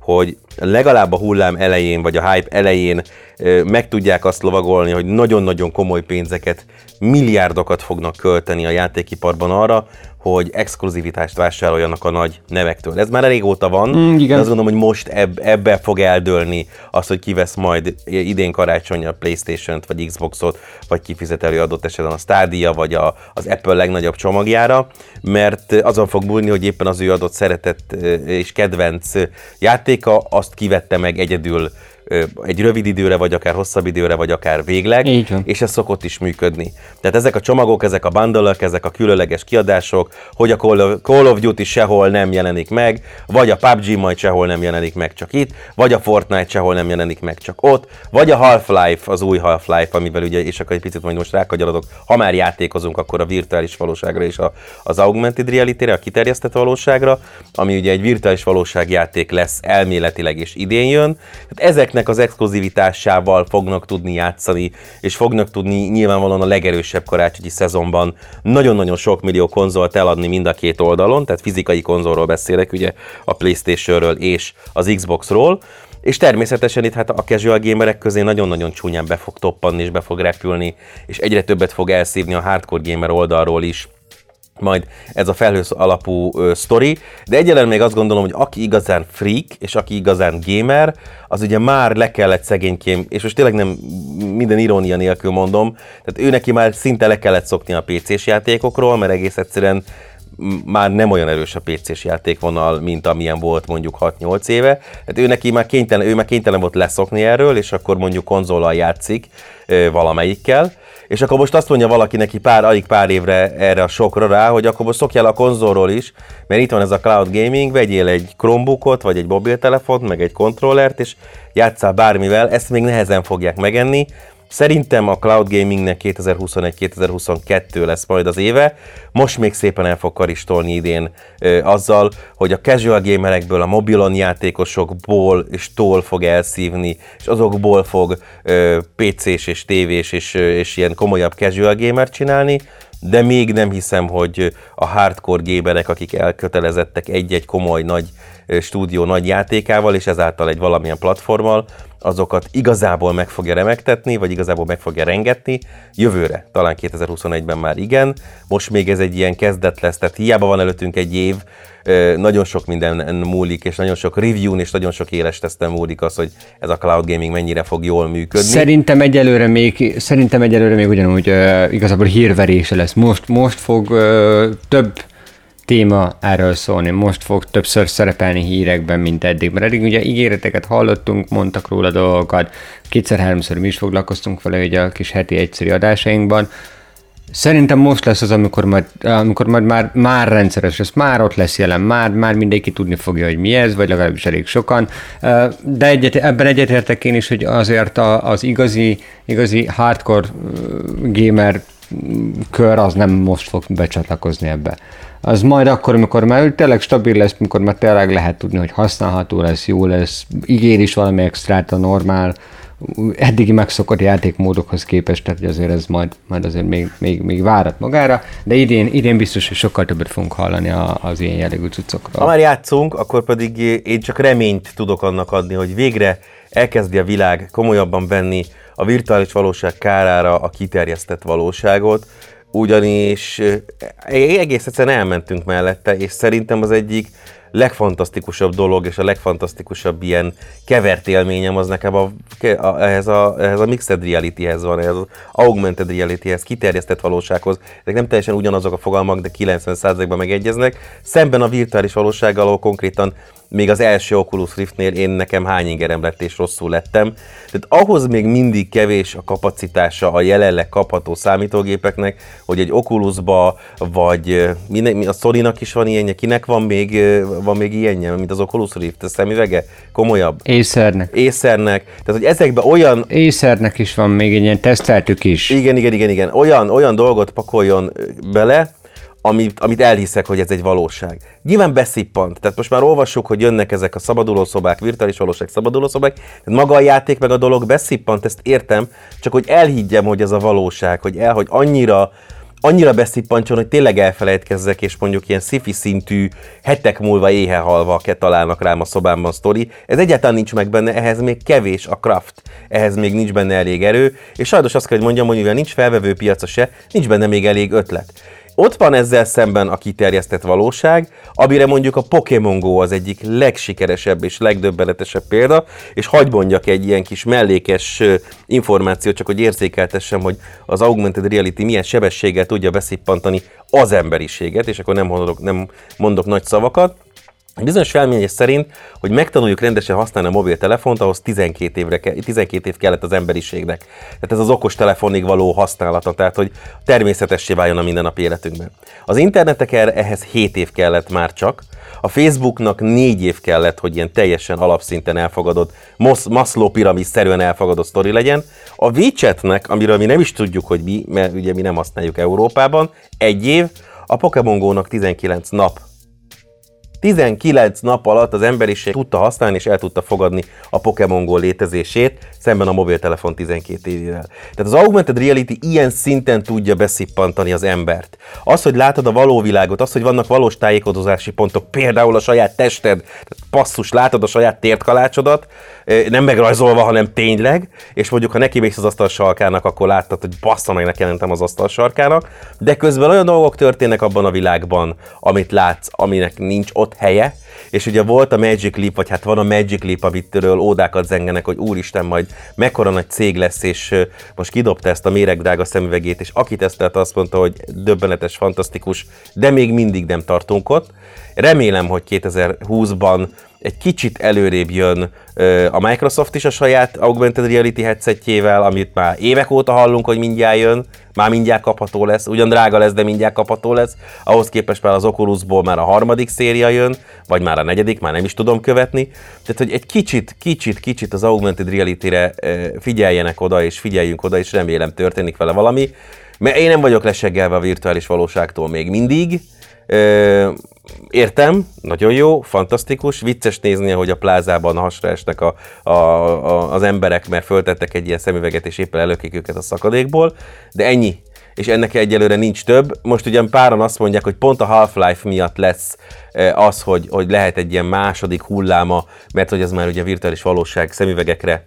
hogy legalább a hullám elején, vagy a hype elején meg tudják azt lovagolni, hogy nagyon-nagyon komoly pénzeket, milliárdokat fognak költeni a játékiparban arra, hogy exkluzivitást vásároljanak a nagy nevektől. Ez már régóta van, mm, de azt gondolom, hogy most eb- ebbe fog eldőlni az, hogy kivesz majd idén karácsonyra PlayStation-t, vagy Xboxot, vagy kifizet elő adott esetben a Stadia, vagy a, az Apple legnagyobb csomagjára, mert azon fog múlni, hogy éppen az ő adott szeretett és kedvenc játéka azt kivette meg egyedül egy rövid időre, vagy akár hosszabb időre, vagy akár végleg, és ez szokott is működni. Tehát ezek a csomagok, ezek a bundle-ök, ezek a különleges kiadások, hogy a Call of Duty sehol nem jelenik meg, vagy a pé u bé gé majd sehol nem jelenik meg, csak itt, vagy a Fortnite sehol nem jelenik meg, csak ott, vagy a Half-Life, az új Half-Life, amivel ugye, és akkor egy picit majd most rákagyarodok, ha már játékozunk, akkor a virtuális valóságra és a, az augmented reality-re, a kiterjesztett valóságra, ami ugye egy virtuális valóságjáték lesz elméletileg és idén jön. Tehát ezeknek az exkluzivitásával fognak tudni játszani, és fognak tudni nyilvánvalóan a legerősebb karácsonyi szezonban nagyon-nagyon sok millió konzolt eladni mind a két oldalon, tehát fizikai konzolról beszélek, ugye a PlayStationről és az Xboxról, és természetesen itt hát a casual gamerek közé nagyon-nagyon csúnyán be fog toppanni, és be fog repülni, és egyre többet fog elszívni a hardcore gamer oldalról is majd ez a felhő alapú ö, sztori, de egyelőre még azt gondolom, hogy aki igazán freak, és aki igazán gamer, az ugye már le kellett szegénykém, és most tényleg nem minden irónia nélkül mondom, tehát ő neki már szinte le kellett szokni a pé cés játékokról, mert egész egyszerűen már nem olyan erős a pé cés játékvonal, mint amilyen volt mondjuk hat-nyolc éve. Tehát ő neki már kénytelen, ő már kénytelen volt leszokni erről, és akkor mondjuk konzollal játszik ö, valamelyikkel. És akkor most azt mondja valaki neki pár, alig pár évre erre a sokra rá, hogy akkor most szokjál a konzolról is, mert itt van ez a cloud gaming, vegyél egy Chromebookot, vagy egy mobiltelefont, meg egy kontrollert, és játsszál bármivel, ezt még nehezen fogják megenni. Szerintem a cloud gamingnek kétezer-huszonegy-kétezer-huszonkettő lesz majd az éve, most még szépen el fog karistolni idén ö, azzal, hogy a casual gamerekből, a mobilon játékosokból és tól fog elszívni, és azokból fog ö, pé cés és tévés és, ö, és ilyen komolyabb casual gamer csinálni, de még nem hiszem, hogy a hardcore gamerek, akik elkötelezettek egy-egy komoly nagy stúdió nagy játékával, és ezáltal egy valamilyen platformmal, azokat igazából meg fogja remegtetni, vagy igazából meg fogja rengetni jövőre. Talán kétezer-huszonegyben már igen. Most még ez egy ilyen kezdet lesz, tehát hiába van előttünk egy év, nagyon sok minden múlik, és nagyon sok review-n és nagyon sok éles teszten múlik az, hogy ez a cloud gaming mennyire fog jól működni. Szerintem egyelőre még, szerintem egyelőre még ugyanúgy uh, igazából hírverése lesz. Most, most fog uh, több téma erről szólni, most fog többször szerepelni hírekben, mint eddig, mert eddig ugye ígéreteket hallottunk, mondtak róla dolgokat, kétszer-háromszor mi is foglalkoztunk vele ugye a kis heti egyszerű adásainkban. Szerintem most lesz az, amikor majd, amikor majd már, már rendszeres lesz, már ott lesz jelen, már, már mindenki tudni fogja, hogy mi ez, vagy legalábbis elég sokan, de egyet, ebben egyetértek én is, hogy azért az igazi, igazi hardcore gamer kör az nem most fog becsatlakozni ebbe. Az majd akkor, amikor már tényleg stabil lesz, amikor már tényleg lehet tudni, hogy használható lesz, jó lesz, ígér is valami extrát a normál, eddigi megszokott játékmódokhoz képest, tehát azért ez majd, majd azért még, még, még várat magára, de idén, idén biztos, hogy sokkal többet fogunk hallani az ilyen jellegű cuccokról. Ha már játszunk, akkor pedig én csak reményt tudok annak adni, hogy végre elkezdi a világ komolyabban venni a virtuális valóság kárára a kiterjesztett valóságot, ugyanis egész egyszerűen elmentünk mellette, és szerintem az egyik legfantasztikusabb dolog, és a legfantasztikusabb ilyen kevert élményem az nekem a, a, ehhez, a, ehhez a mixed realityhez van, ehhez az augmented realityhez, kiterjesztett valósághoz. Ezek nem teljesen ugyanazok a fogalmak, de kilencven százalékban megegyeznek. Szemben a virtuális valósággal, ahol konkrétan még az első Oculus Riftnél én nekem hány ingerem lett és rosszul lettem. Tehát ahhoz még mindig kevés a kapacitása a jelenleg kapható számítógépeknek, hogy egy Oculusba, vagy minden, a Sony-nak is van ilyenje, kinek van még, van még ilyenje, mint az Oculus Rift, ez szemüvege? Komolyabb? Acernek. Acernek. Tehát, hogy ezekben olyan... Acernek is van még egy ilyen teszteltük is. Igen, igen, igen, igen. Olyan, olyan dolgot pakoljon bele, Amit, amit elhiszek, hogy ez egy valóság. Nyilván beszippant, tehát most már olvassuk, hogy jönnek ezek a szabadulószobák, virtuális valóság szabadulószobák, tehát maga a játék meg a dolog beszippant, ezt értem, csak hogy elhiggyem, hogy ez a valóság, hogy el, hogy annyira, annyira beszippancson, hogy tényleg elfelejtkezzek, és mondjuk ilyen sci-fi szintű, hetek múlva éhehalva találnak rám a szobámban sztori. Ez egyáltalán nincs meg benne, ehhez még kevés a craft, ehhez még nincs benne elég erő, és sajnos azt kell, hogy mondjam, hogy mivel nincs felvevő piaca se, nincs benne még elég ötlet. Ott van ezzel szemben a kiterjesztett valóság, amire mondjuk a Pokémon Go az egyik legsikeresebb és legdöbbenetesebb példa, és hadd mondjak egy ilyen kis mellékes információt, csak hogy érzékeltessem, hogy az augmented reality milyen sebességgel tudja beszippantani az emberiséget, és akkor nem mondok, nem mondok nagy szavakat. Bizonyos felmérés szerint, hogy megtanuljuk rendesen használni a mobiltelefont, ahhoz tizenkét, évre, tizenkét év kellett az emberiségnek. Tehát ez az okos telefonig való használata, tehát hogy természetessé váljon a mindennapi életünkben. Az internetek ehhez hét év kellett már csak, a Facebooknak négy év kellett, hogy ilyen teljesen alapszinten elfogadott, Maslow piramis-szerűen elfogadott sztori legyen. A WeChatnek, amiről mi nem is tudjuk, hogy mi, mert ugye mi nem használjuk Európában, egy év, a Pokémon Go-nak tizenkilenc nap. tizenkilenc nap alatt az emberiség tudta használni és el tudta fogadni a Pokémon Go létezését, szemben a mobiltelefon tizenkét évével. Tehát az augmented reality ilyen szinten tudja beszippantani az embert. Az, hogy látod a való világot, az, hogy vannak valós tájékozódási pontok, például a saját tested, tehát passzus, látod a saját tértkalácsodat, nem megrajzolva, hanem tényleg, és mondjuk, ha nekimész az asztal sarkának, akkor láttad, hogy bassza meg, nekem mentem az asztal sarkának, de közben olyan dolgok történnek abban a világban, amit látsz, aminek nincs ott helye, és ugye volt a Magic Leap, vagy hát van a Magic Leap, amitől ódákat zengenek, hogy úristen, majd mekkora nagy cég lesz, és most kidobta ezt a méregdrága szemüvegét, és aki tesztelte, azt mondta, hogy döbbenetes, fantasztikus, de még mindig nem tartunk ott. Remélem, hogy kétezer-húszban egy kicsit előrébb jön a Microsoft is a saját augmented reality headsetjével, amit már évek óta hallunk, hogy mindjárt jön, már mindjárt kapható lesz, ugyan drága lesz, de mindjárt kapható lesz. Ahhoz képest már az Oculusból már a harmadik széria jön, vagy már a negyedik, már nem is tudom követni. Tehát, hogy egy kicsit, kicsit, kicsit az augmented reality-re figyeljenek oda, és figyeljünk oda, és remélem történik vele valami. Mert én nem vagyok leseggelve a virtuális valóságtól még mindig. Értem, nagyon jó, fantasztikus, vicces nézni, hogy a plázában hasra esnek a, a, a, az emberek, mert föltettek egy ilyen szemüveget, és éppen előkik őket a szakadékból, de ennyi. És ennek egyelőre nincs több. Most ugyan páran azt mondják, hogy pont a Half-Life miatt lesz az, hogy, hogy lehet egy ilyen második hulláma, mert hogy ez már ugye virtuális valóság szemüvegekre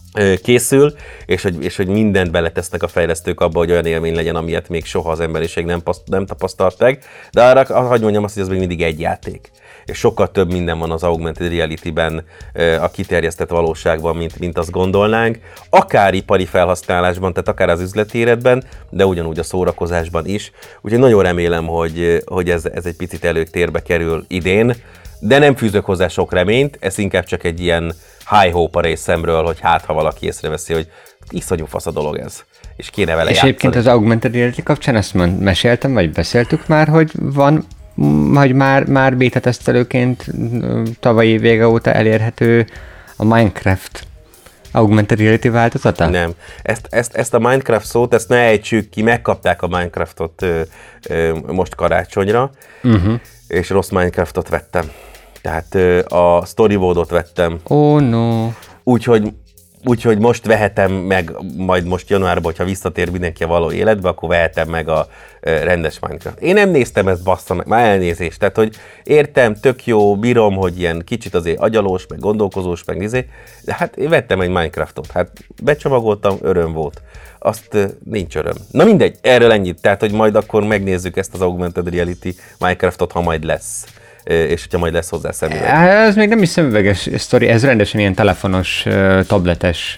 készül, és hogy, és hogy mindent beletesznek a fejlesztők abba, hogy olyan élmény legyen, amilyet még soha az emberiség nem, nem tapasztalt meg. De arra, hadd mondjam azt, hogy az még mindig egy játék. És sokkal több minden van az augmented reality-ben, a kiterjesztett valóságban, mint, mint azt gondolnánk. Akár ipari felhasználásban, tehát akár az üzleti életben, de ugyanúgy a szórakozásban is. Úgyhogy nagyon remélem, hogy, hogy ez, ez egy picit előtérbe kerül idén, de nem fűzök hozzá sok reményt, ez inkább csak egy ilyen high hope a részemről, hogy hát, ha valaki észreveszi, hogy iszonyú fasz a dolog ez, és kéne vele és játszani. egyébként az augmented reality kapcsán ezt meséltem, vagy beszéltük már, hogy van, hogy már, már beta tesztelőként tavalyi vége óta elérhető a Minecraft augmented reality változata? Nem. Ezt, ezt, ezt a Minecraft szót, ezt ne ejtsük ki, megkapták a Minecraftot ö, ö, most karácsonyra, uh-huh. és rossz Minecraftot vettem. Tehát a storyboardot vettem. Oh no. Úgyhogy, úgyhogy most vehetem meg, majd most januárban, hogyha visszatér mindenki a való életbe, akkor vehetem meg a rendes Minecraft. Én nem néztem ezt, bassza meg, már elnézést. Tehát, hogy értem, tök jó, bírom, hogy ilyen kicsit azért agyalós, meg gondolkozós, meg nézé, de hát én vettem egy Minecraftot. Hát becsomagoltam, öröm volt. Azt nincs öröm. Na mindegy, erről ennyit. Tehát, hogy majd akkor megnézzük ezt az augmented reality Minecraftot, ha majd lesz. És hogyha majd lesz hozzá szemüveg. Ez még nem is szemüveges sztori, ez rendesen ilyen telefonos, tabletes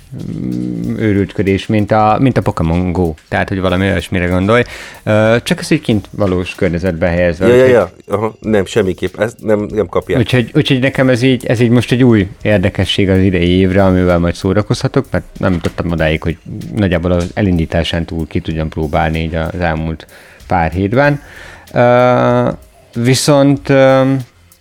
őrültködés, mint a, mint a Pokémon Go. Tehát, hogy valami olyasmire gondolj. Csak ez így kint valós környezetben helyezve. Ja, ja, ja. Aha, nem, semmiképp. Ezt nem, nem kapják. Úgyhogy, úgyhogy nekem ez így, ez így most egy új érdekesség az idei évre, amivel majd szórakozhatok, mert nem tudtam odáig, hogy nagyjából az elindításán túl ki tudjam próbálni így az elmúlt pár hétben. Uh, Viszont um,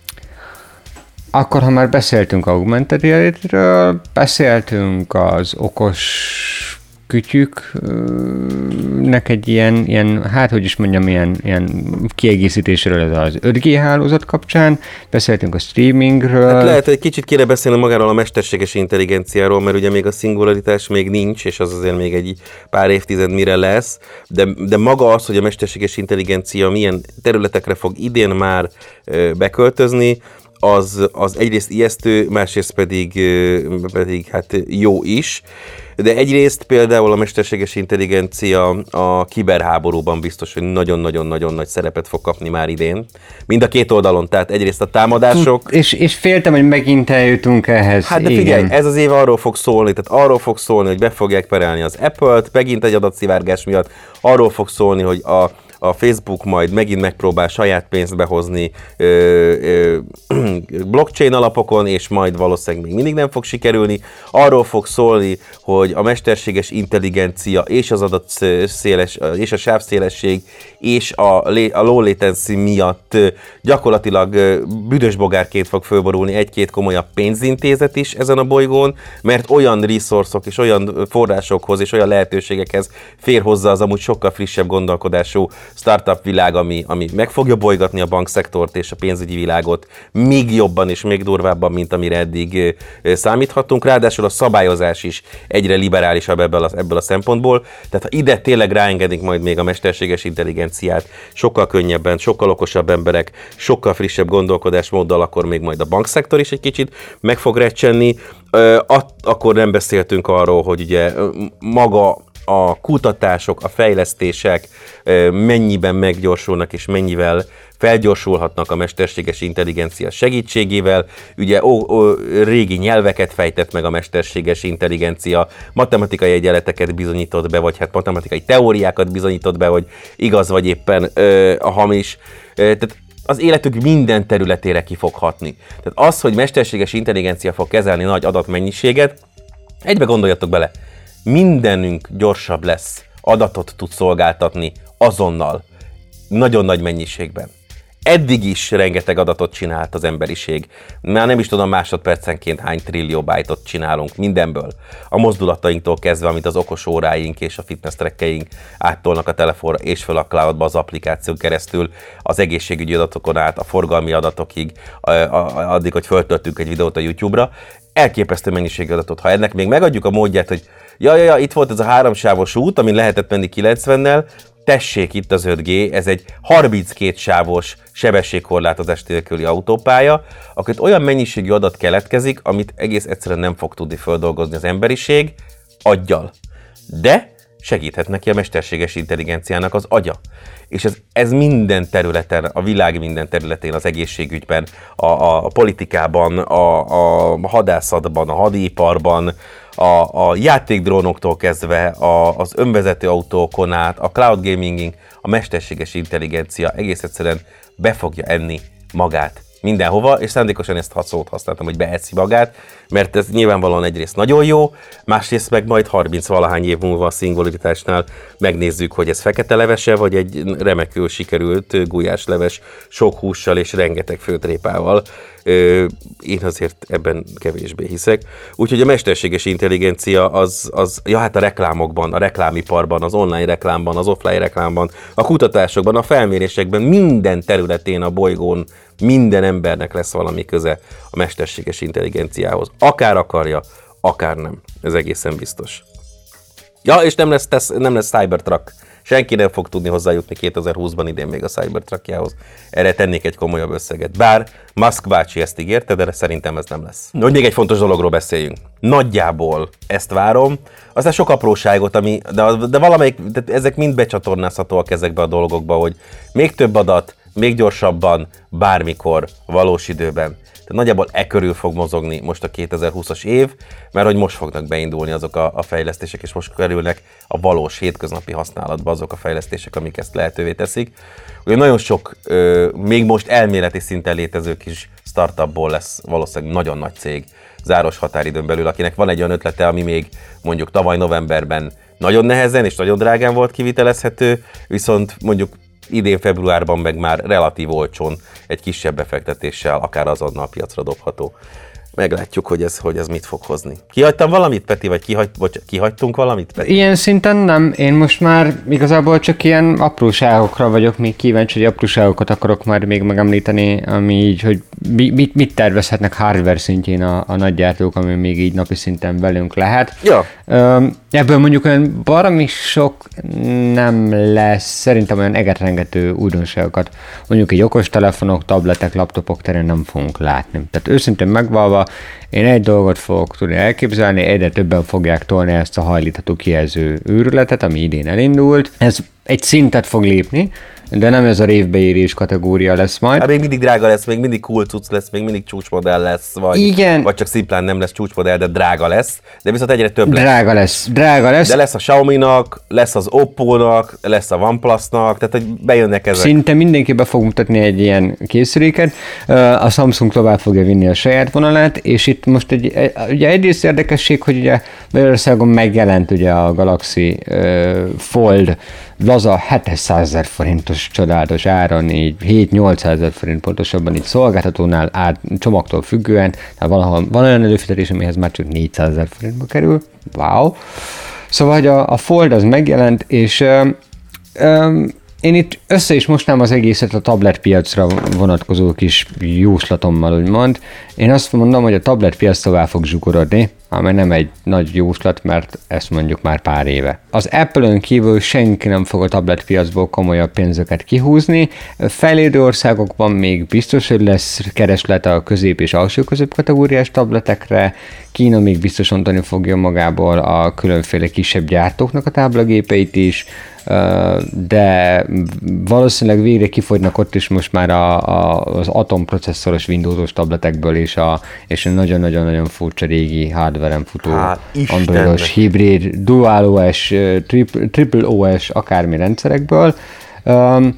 akkor, ha már beszéltünk augmented reality-ről, beszéltünk az okos kütyüknek egy ilyen, ilyen, hát hogy is mondjam, ilyen, ilyen kiegészítésről az öt G hálózat kapcsán, beszéltünk a streamingről. Hát lehet, hogy kicsit kéne beszélni magáról a mesterséges intelligenciáról, mert ugye még a szingularitás még nincs, és az azért még egy pár évtized mire lesz, de, de maga az, hogy a mesterséges intelligencia milyen területekre fog idén már ö, beköltözni, az, az egyrészt ijesztő, másrészt pedig, pedig hát jó is. De egyrészt például a mesterséges intelligencia a kiberháborúban biztos, hogy nagyon-nagyon-nagyon nagy szerepet fog kapni már idén. Mind a két oldalon, tehát egyrészt a támadások... És, és féltem, hogy megint eljutunk ehhez. Hát de figyelj, igen. Ez az év arról fog szólni, tehát arról fog szólni, hogy be fogják perelni az Apple-t, megint egy adatszivárgás miatt, arról fog szólni, hogy a a Facebook majd megint megpróbál saját pénzt behozni ö, ö, blockchain alapokon, és majd valószínűleg még mindig nem fog sikerülni. Arról fog szólni, hogy a mesterséges intelligencia és az adatszéles, és a sávszélesség és a, a low latency miatt gyakorlatilag büdös bogárként fog fölborulni egy-két komolyabb pénzintézet is ezen a bolygón, mert olyan resource-ok és olyan forrásokhoz és olyan lehetőségekhez fér hozzá az amúgy sokkal frissebb gondolkodású startup világ, ami, ami meg fogja bolygatni a bankszektort és a pénzügyi világot még jobban és még durvábban, mint amire eddig számíthattunk. Ráadásul a szabályozás is egyre liberálisabb ebből a, ebből a szempontból. Tehát ha ide tényleg ráengedik majd még a mesterséges intelligenciát, sokkal könnyebben, sokkal okosabb emberek, sokkal frissebb gondolkodásmóddal, akkor még majd a bankszektor is egy kicsit meg fog recsenni. Akkor nem beszéltünk arról, hogy ugye maga a kutatások, a fejlesztések mennyiben meggyorsulnak és mennyivel felgyorsulhatnak a mesterséges intelligencia segítségével. Ugye ó, ó, régi nyelveket fejtett meg a mesterséges intelligencia, matematikai egyenleteket bizonyított be, vagy hát matematikai teóriákat bizonyított be, hogy igaz vagy éppen ö, a hamis. Tehát az életük minden területére ki fog hatni. Tehát az, hogy mesterséges intelligencia fog kezelni nagy adatmennyiséget, egybe gondoljatok bele, mindenünk gyorsabb lesz, adatot tud szolgáltatni azonnal, nagyon nagy mennyiségben. Eddig is rengeteg adatot csinált az emberiség. Már nem is tudom másodpercenként hány trillió bájtot csinálunk mindenből. A mozdulatainktól kezdve, amit az okos óráink és a fitness trackeink áttolnak a telefonra és fel a cloudba az applikáción keresztül, az egészségügyi adatokon át, a forgalmi adatokig, addig, hogy föltöltünk egy videót a YouTube-ra. Elképesztő mennyiségű adatot. Ha ennek még megadjuk a módját, hogy ja, ja, ja, itt volt ez a háromsávos út, amin lehetett menni kilencvennel, tessék itt az öt G, ez egy harminckét sávos sebességkorlátozás nélküli autópálya, akkor itt olyan mennyiségű adat keletkezik, amit egész egyszerűen nem fog tudni földolgozni az emberiség aggyal. De segíthet neki a mesterséges intelligenciának az agya. És ez, ez minden területen, a világ minden területén, az egészségügyben, a, a politikában, a, a hadászatban, a hadiparban, a, a játékdrónoktól kezdve, a, az önvezető autókon át, a cloud gaminging, a mesterséges intelligencia egész egyszerűen be fogja enni magát mindenhova, és szándékosan ezt a szót használtam, hogy beeszi magát, mert ez nyilvánvalóan egyrészt nagyon jó, másrészt meg majd harminc-valahány év múlva a szingularitásnál megnézzük, hogy ez fekete levese, vagy egy remekül sikerült gulyásleves sok hússal és rengeteg főtrépával. Én azért ebben kevésbé hiszek. Úgyhogy a mesterséges intelligencia az, az, ja hát a reklámokban, a reklámiparban, az online reklámban, az offline reklámban, a kutatásokban, a felmérésekben, minden területén a bolygón minden embernek lesz valami köze a mesterséges intelligenciához. Akár akarja, akár nem. Ez egészen biztos. Ja, és nem lesz, tesz, nem lesz Cybertruck. Senki nem fog tudni hozzájutni kétezer-húszban idén még a Cybertruckjához. Erre tennék egy komolyabb összeget. Bár Musk bácsi ezt ígérte, de szerintem ez nem lesz. Hogy még egy fontos dologról beszéljünk. Nagyjából ezt várom. Aztán sok apróságot, ami, de, de valamelyik, de ezek mind becsatornázhatóak ezekbe a dolgokba, hogy még több adat, még gyorsabban, bármikor, valós időben. Tehát nagyjából e körül fog mozogni most a kétezer-húszas év, mert hogy most fognak beindulni azok a, a fejlesztések, és most kerülnek a valós hétköznapi használatba azok a fejlesztések, amik ezt lehetővé teszik. Ugye nagyon sok, ö, még most elméleti szinten létező kis startupból lesz valószínűleg nagyon nagy cég záros határidőn belül, akinek van egy olyan ötlete, ami még mondjuk tavaly novemberben nagyon nehezen és nagyon drágán volt kivitelezhető, viszont mondjuk idén februárban meg már relatív olcsón egy kisebb befektetéssel akár azonnal piacra dobható. meglátjuk, hogy ez, hogy ez mit fog hozni. Kihagytam valamit, Peti, vagy kihagy, bocs, kihagytunk valamit, Peti? Ilyen szinten nem. Én most már igazából csak ilyen apróságokra vagyok még kíváncsi, hogy apróságokat akarok már még megemlíteni, ami így, hogy mit, mit tervezhetnek hardware szintjén a, a nagygyártók, ami még így napi szinten velünk lehet. Ja. Ebből mondjuk olyan baromi sok nem lesz, szerintem olyan egetrengető újdonságokat. Mondjuk egy okostelefonok, tabletek, laptopok terén nem fogunk látni. Tehát őszintén megvalva, én egy dolgot fogok tudni elképzelni, egyre többen fogják tolni ezt a hajlítható kijelző őrületet, ami idén elindult. Ez egy szintet fog lépni, de nem ez a révbeérés kategória lesz majd. Hát még mindig drága lesz, még mindig cool cucc lesz, még mindig csúcsmodell lesz, vagy, Igen. vagy csak szimplán nem lesz csúcsmodell, de drága lesz, de viszont egyre több lesz. Drága lesz, drága lesz. De lesz a Xiaomi-nak, lesz az Oppo-nak, lesz a OnePlus-nak, tehát hogy bejönnek ezek. Szinte mindenki be fog mutatni egy ilyen készüléket. A Samsung tovább fogja vinni a saját vonalát, és itt most egy, ugye egyrészt érdekesség, hogy ugye Magyarországon megjelent ugye a Galaxy Fold laza hétszázezer forintos csodálatos áron, így hét-nyolcszázezer forint pontosabban így szolgáltatónál át, csomagtól függően, tehát valahol van olyan előfizetés, amihez már csak négyszázezer forintba kerül. Wow! Szóval, hogy a, a Fold az megjelent, és ö, ö, én itt össze is mostnám az egészet a tabletpiacra vonatkozó kis jóslatommal, úgymond. Én azt mondom, hogy a tabletpiac tovább fog zsugorodni, amely nem egy nagy jóslat, mert ezt mondjuk már pár éve. Az Apple-ön kívül senki nem fog a tabletpiacból komolyabb pénzeket kihúzni. Fejlődő országokban még biztos, hogy lesz kereslet a közép- és alsó-közép kategóriás tabletekre. Kína még biztos ontani fogja magából a különféle kisebb gyártóknak a táblagépeit is, de valószínűleg végre kifogynak ott is most már a, a, az atomprocesszoros Windowsos tabletekből és a, és a nagyon-nagyon-nagyon furcsa régi hardware-en futó Há, androidos, hibrid, dual o es, triple, triple o es akármi rendszerekből. Um,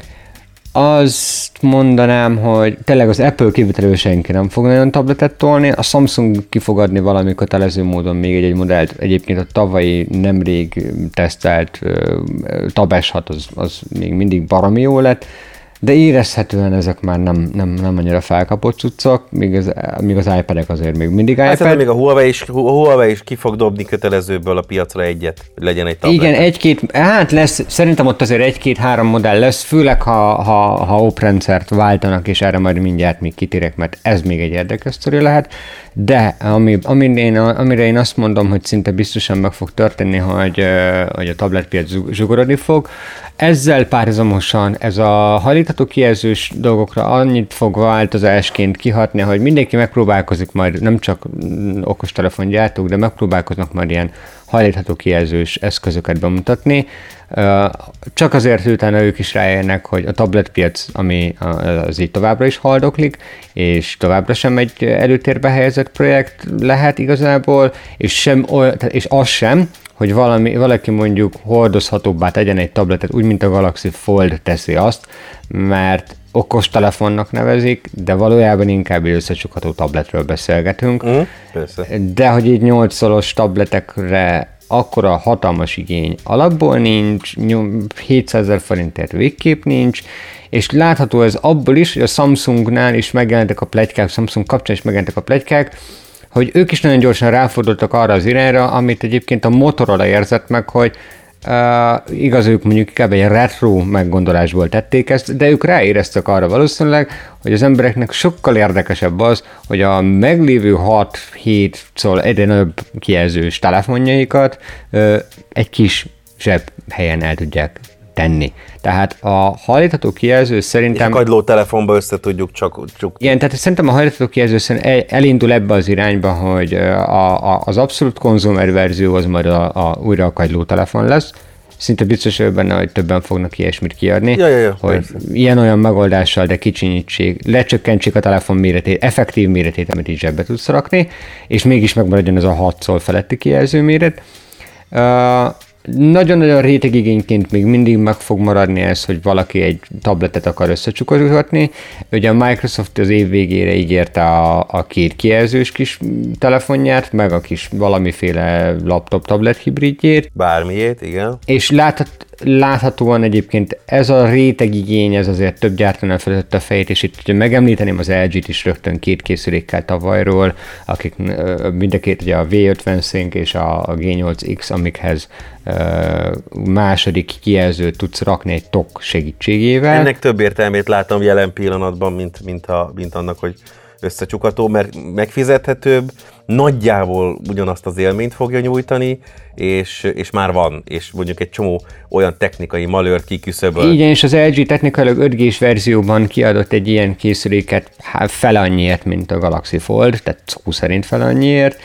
Azt mondanám, hogy tényleg az Apple kivitelő senki nem fog nagyon tabletet tolni, a Samsung ki fog adni valami kötelező módon még egy-egy modellt, egyébként a tavalyi nemrég tesztelt Tab es hat az, az még mindig baromi jó lett, de érezhetően ezek már nem, nem, nem annyira felkapott cuccok, míg az, míg az iPad-ek azért még mindig iPad. Hát még a Huawei is, a Huawei is ki fog dobni kötelezőből a piacra egyet, hogy legyen egy tablet. Igen, egy-két, hát lesz, szerintem ott azért egy-két-három modell lesz, főleg ha, ha, ha oprendszert váltanak, és erre majd mindjárt még kitérek, mert ez még egy érdekes sztori lehet, de ami, amire, én, amire én azt mondom, hogy szinte biztosan meg fog történni, hogy, hogy a tabletpiac zsugorodni fog, ezzel párhuzamosan ez a hajlítható kijelzős dolgokra annyit fog változásként kihatni, hogy mindenki megpróbálkozik majd, nem csak okostelefongyártók, de megpróbálkoznak majd ilyen hajlítható kijelzős eszközöket bemutatni. Csak azért utána ők is rájönnek, hogy a tabletpiac, ami az így továbbra is haldoklik, és továbbra sem egy előtérbe helyezett projekt lehet igazából, és, sem, és az sem, hogy valami, valaki mondjuk hordozhatóbbá tegyen egy tabletet, úgy, mint a Galaxy Fold teszi azt, mert okostelefonnak nevezik, de valójában inkább egy összecsukható tabletről beszélgetünk. Mm, persze. De hogy így nyolc szolos tabletekre akkora hatalmas igény alapból nincs, hétszázezer forintért végképp nincs, és látható ez abból is, hogy a Samsungnál is megjelentek a pletykák, Samsung kapcsán is megjelentek a pletykák, hogy ők is nagyon gyorsan ráfordultak arra az irányra, amit egyébként a Motorola érzett meg, hogy uh, igaz, ők mondjuk inkább egy retro meggondolásból tették ezt, de ők ráéreztek arra valószínűleg, hogy az embereknek sokkal érdekesebb az, hogy a meglévő hat-hét szól egyre nagyobb kijelzős telefonjaikat uh, egy kis zseb helyen el tudják tenni. Tehát a hajlítható kijelző szerintem... És a kagyló telefonba össze tudjuk csak... csak... Igen, tehát szerintem a hajlítható kijelző elindul ebbe az irányba, hogy a, a, az abszolút konzumer verzió az majd a, a, újra a kagyló telefon lesz. Szinte biztos vagyok benne, hogy többen fognak ilyesmit kiadni, ja, ja, ja, hogy ilyen-olyan megoldással, de kicsinyítsék, lecsökkentsék a telefon méretét, effektív méretét, amit így zsebbe tudsz rakni, és mégis megmaradjon ez a hat szól feletti kijelző méret. Uh, Nagyon-nagyon rétegigényként még mindig meg fog maradni ez, hogy valaki egy tabletet akar összecsukorgatni. Ugye a Microsoft az év végére ígérte a, a két kijelzős kis telefonját, meg a kis valamiféle laptop-tablet hibridjét. Bármiét, igen. És láthat, láthatóan egyébként ez a rétegigény, ez azért több gyártónál felütötte a fejét, és itt ugye megemlíteném az el gét is rögtön két készülékkel tavalyról, akik mind a két ugye a vé ötven Sync és a gé nyolc X, amikhez második kijelzőt tudsz rakni egy tok segítségével. Ennek több értelmét látom jelen pillanatban, mint, mint, a, mint annak, hogy összecsukható, mert megfizethetőbb, nagyjából ugyanazt az élményt fogja nyújtani, és, és már van, és mondjuk egy csomó olyan technikai malőrt kiküszöböl. Igen, és az el gé technikailag öt gés verzióban kiadott egy ilyen készüléket fel annyiért, mint a Galaxy Fold, tehát szó szerint fel annyiért.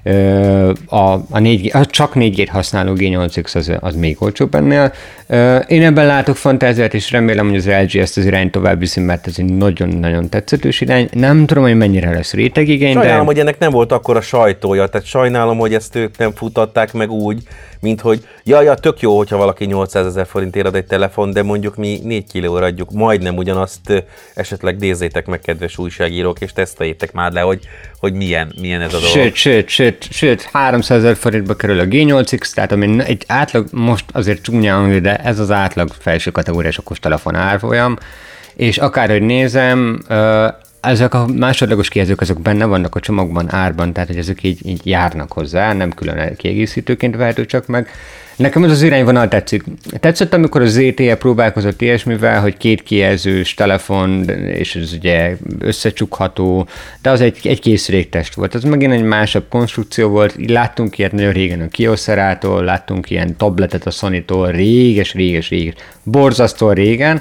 A, a, négy G, a csak négy gét használó gé nyolc X az, az még olcsóbb ennél. Én ebben látok fantáziát, és remélem, hogy az el gé ezt az irányt tovább viszi, mert ez egy nagyon-nagyon tetszetős irány. Nem tudom, hogy mennyire lesz rétegigény, sajnálom, de... hogy ennek nem volt akkora sajtója, tehát sajnálom, hogy ezt ők nem futatták meg úgy, mint hogy ja, ja, tök jó, hogyha valaki nyolcszázezer forintért ad egy telefon, de mondjuk mi négy kilóra adjuk, majdnem ugyanazt, esetleg nézzétek meg, kedves újságírók, és teszteljétek már le, hogy, hogy milyen, milyen ez a dolog. Sőt, sőt, sőt, sőt, háromszázezer forintba kerül a gé nyolc X, tehát ami egy átlag, most azért csúnyán, de ez az átlag felső kategóriás okostelefon árfolyam, és akárhogy nézem, ezek a másodlagos kijelzők azok benne vannak a csomagban árban, tehát hogy ezek így, így járnak hozzá, nem külön kiegészítőként vehető csak meg. Nekem ez az irányvonal tetszik. Tetszett, amikor a zé té e próbálkozott ilyesmivel, hogy két kijelzős telefon, és ez ugye összecsukható, de az egy, egy készüléktest volt. Az megint egy másabb konstrukció volt. Így láttunk ilyet nagyon régen a Kyocera-tól, láttunk ilyen tabletet a Sony-tól, réges, réges, réges, borzasztó régen.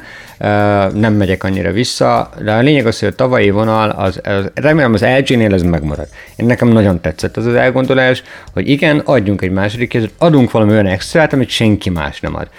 Nem megyek annyira vissza, de a lényeg az, hogy a tavalyi vonal, az, az, remélem az el gé-nél ez megmarad. Én nekem nagyon tetszett az az elgondolás, hogy igen, adjunk egy második kézőt, adunk valami olyan extrát, amit senki más nem ad.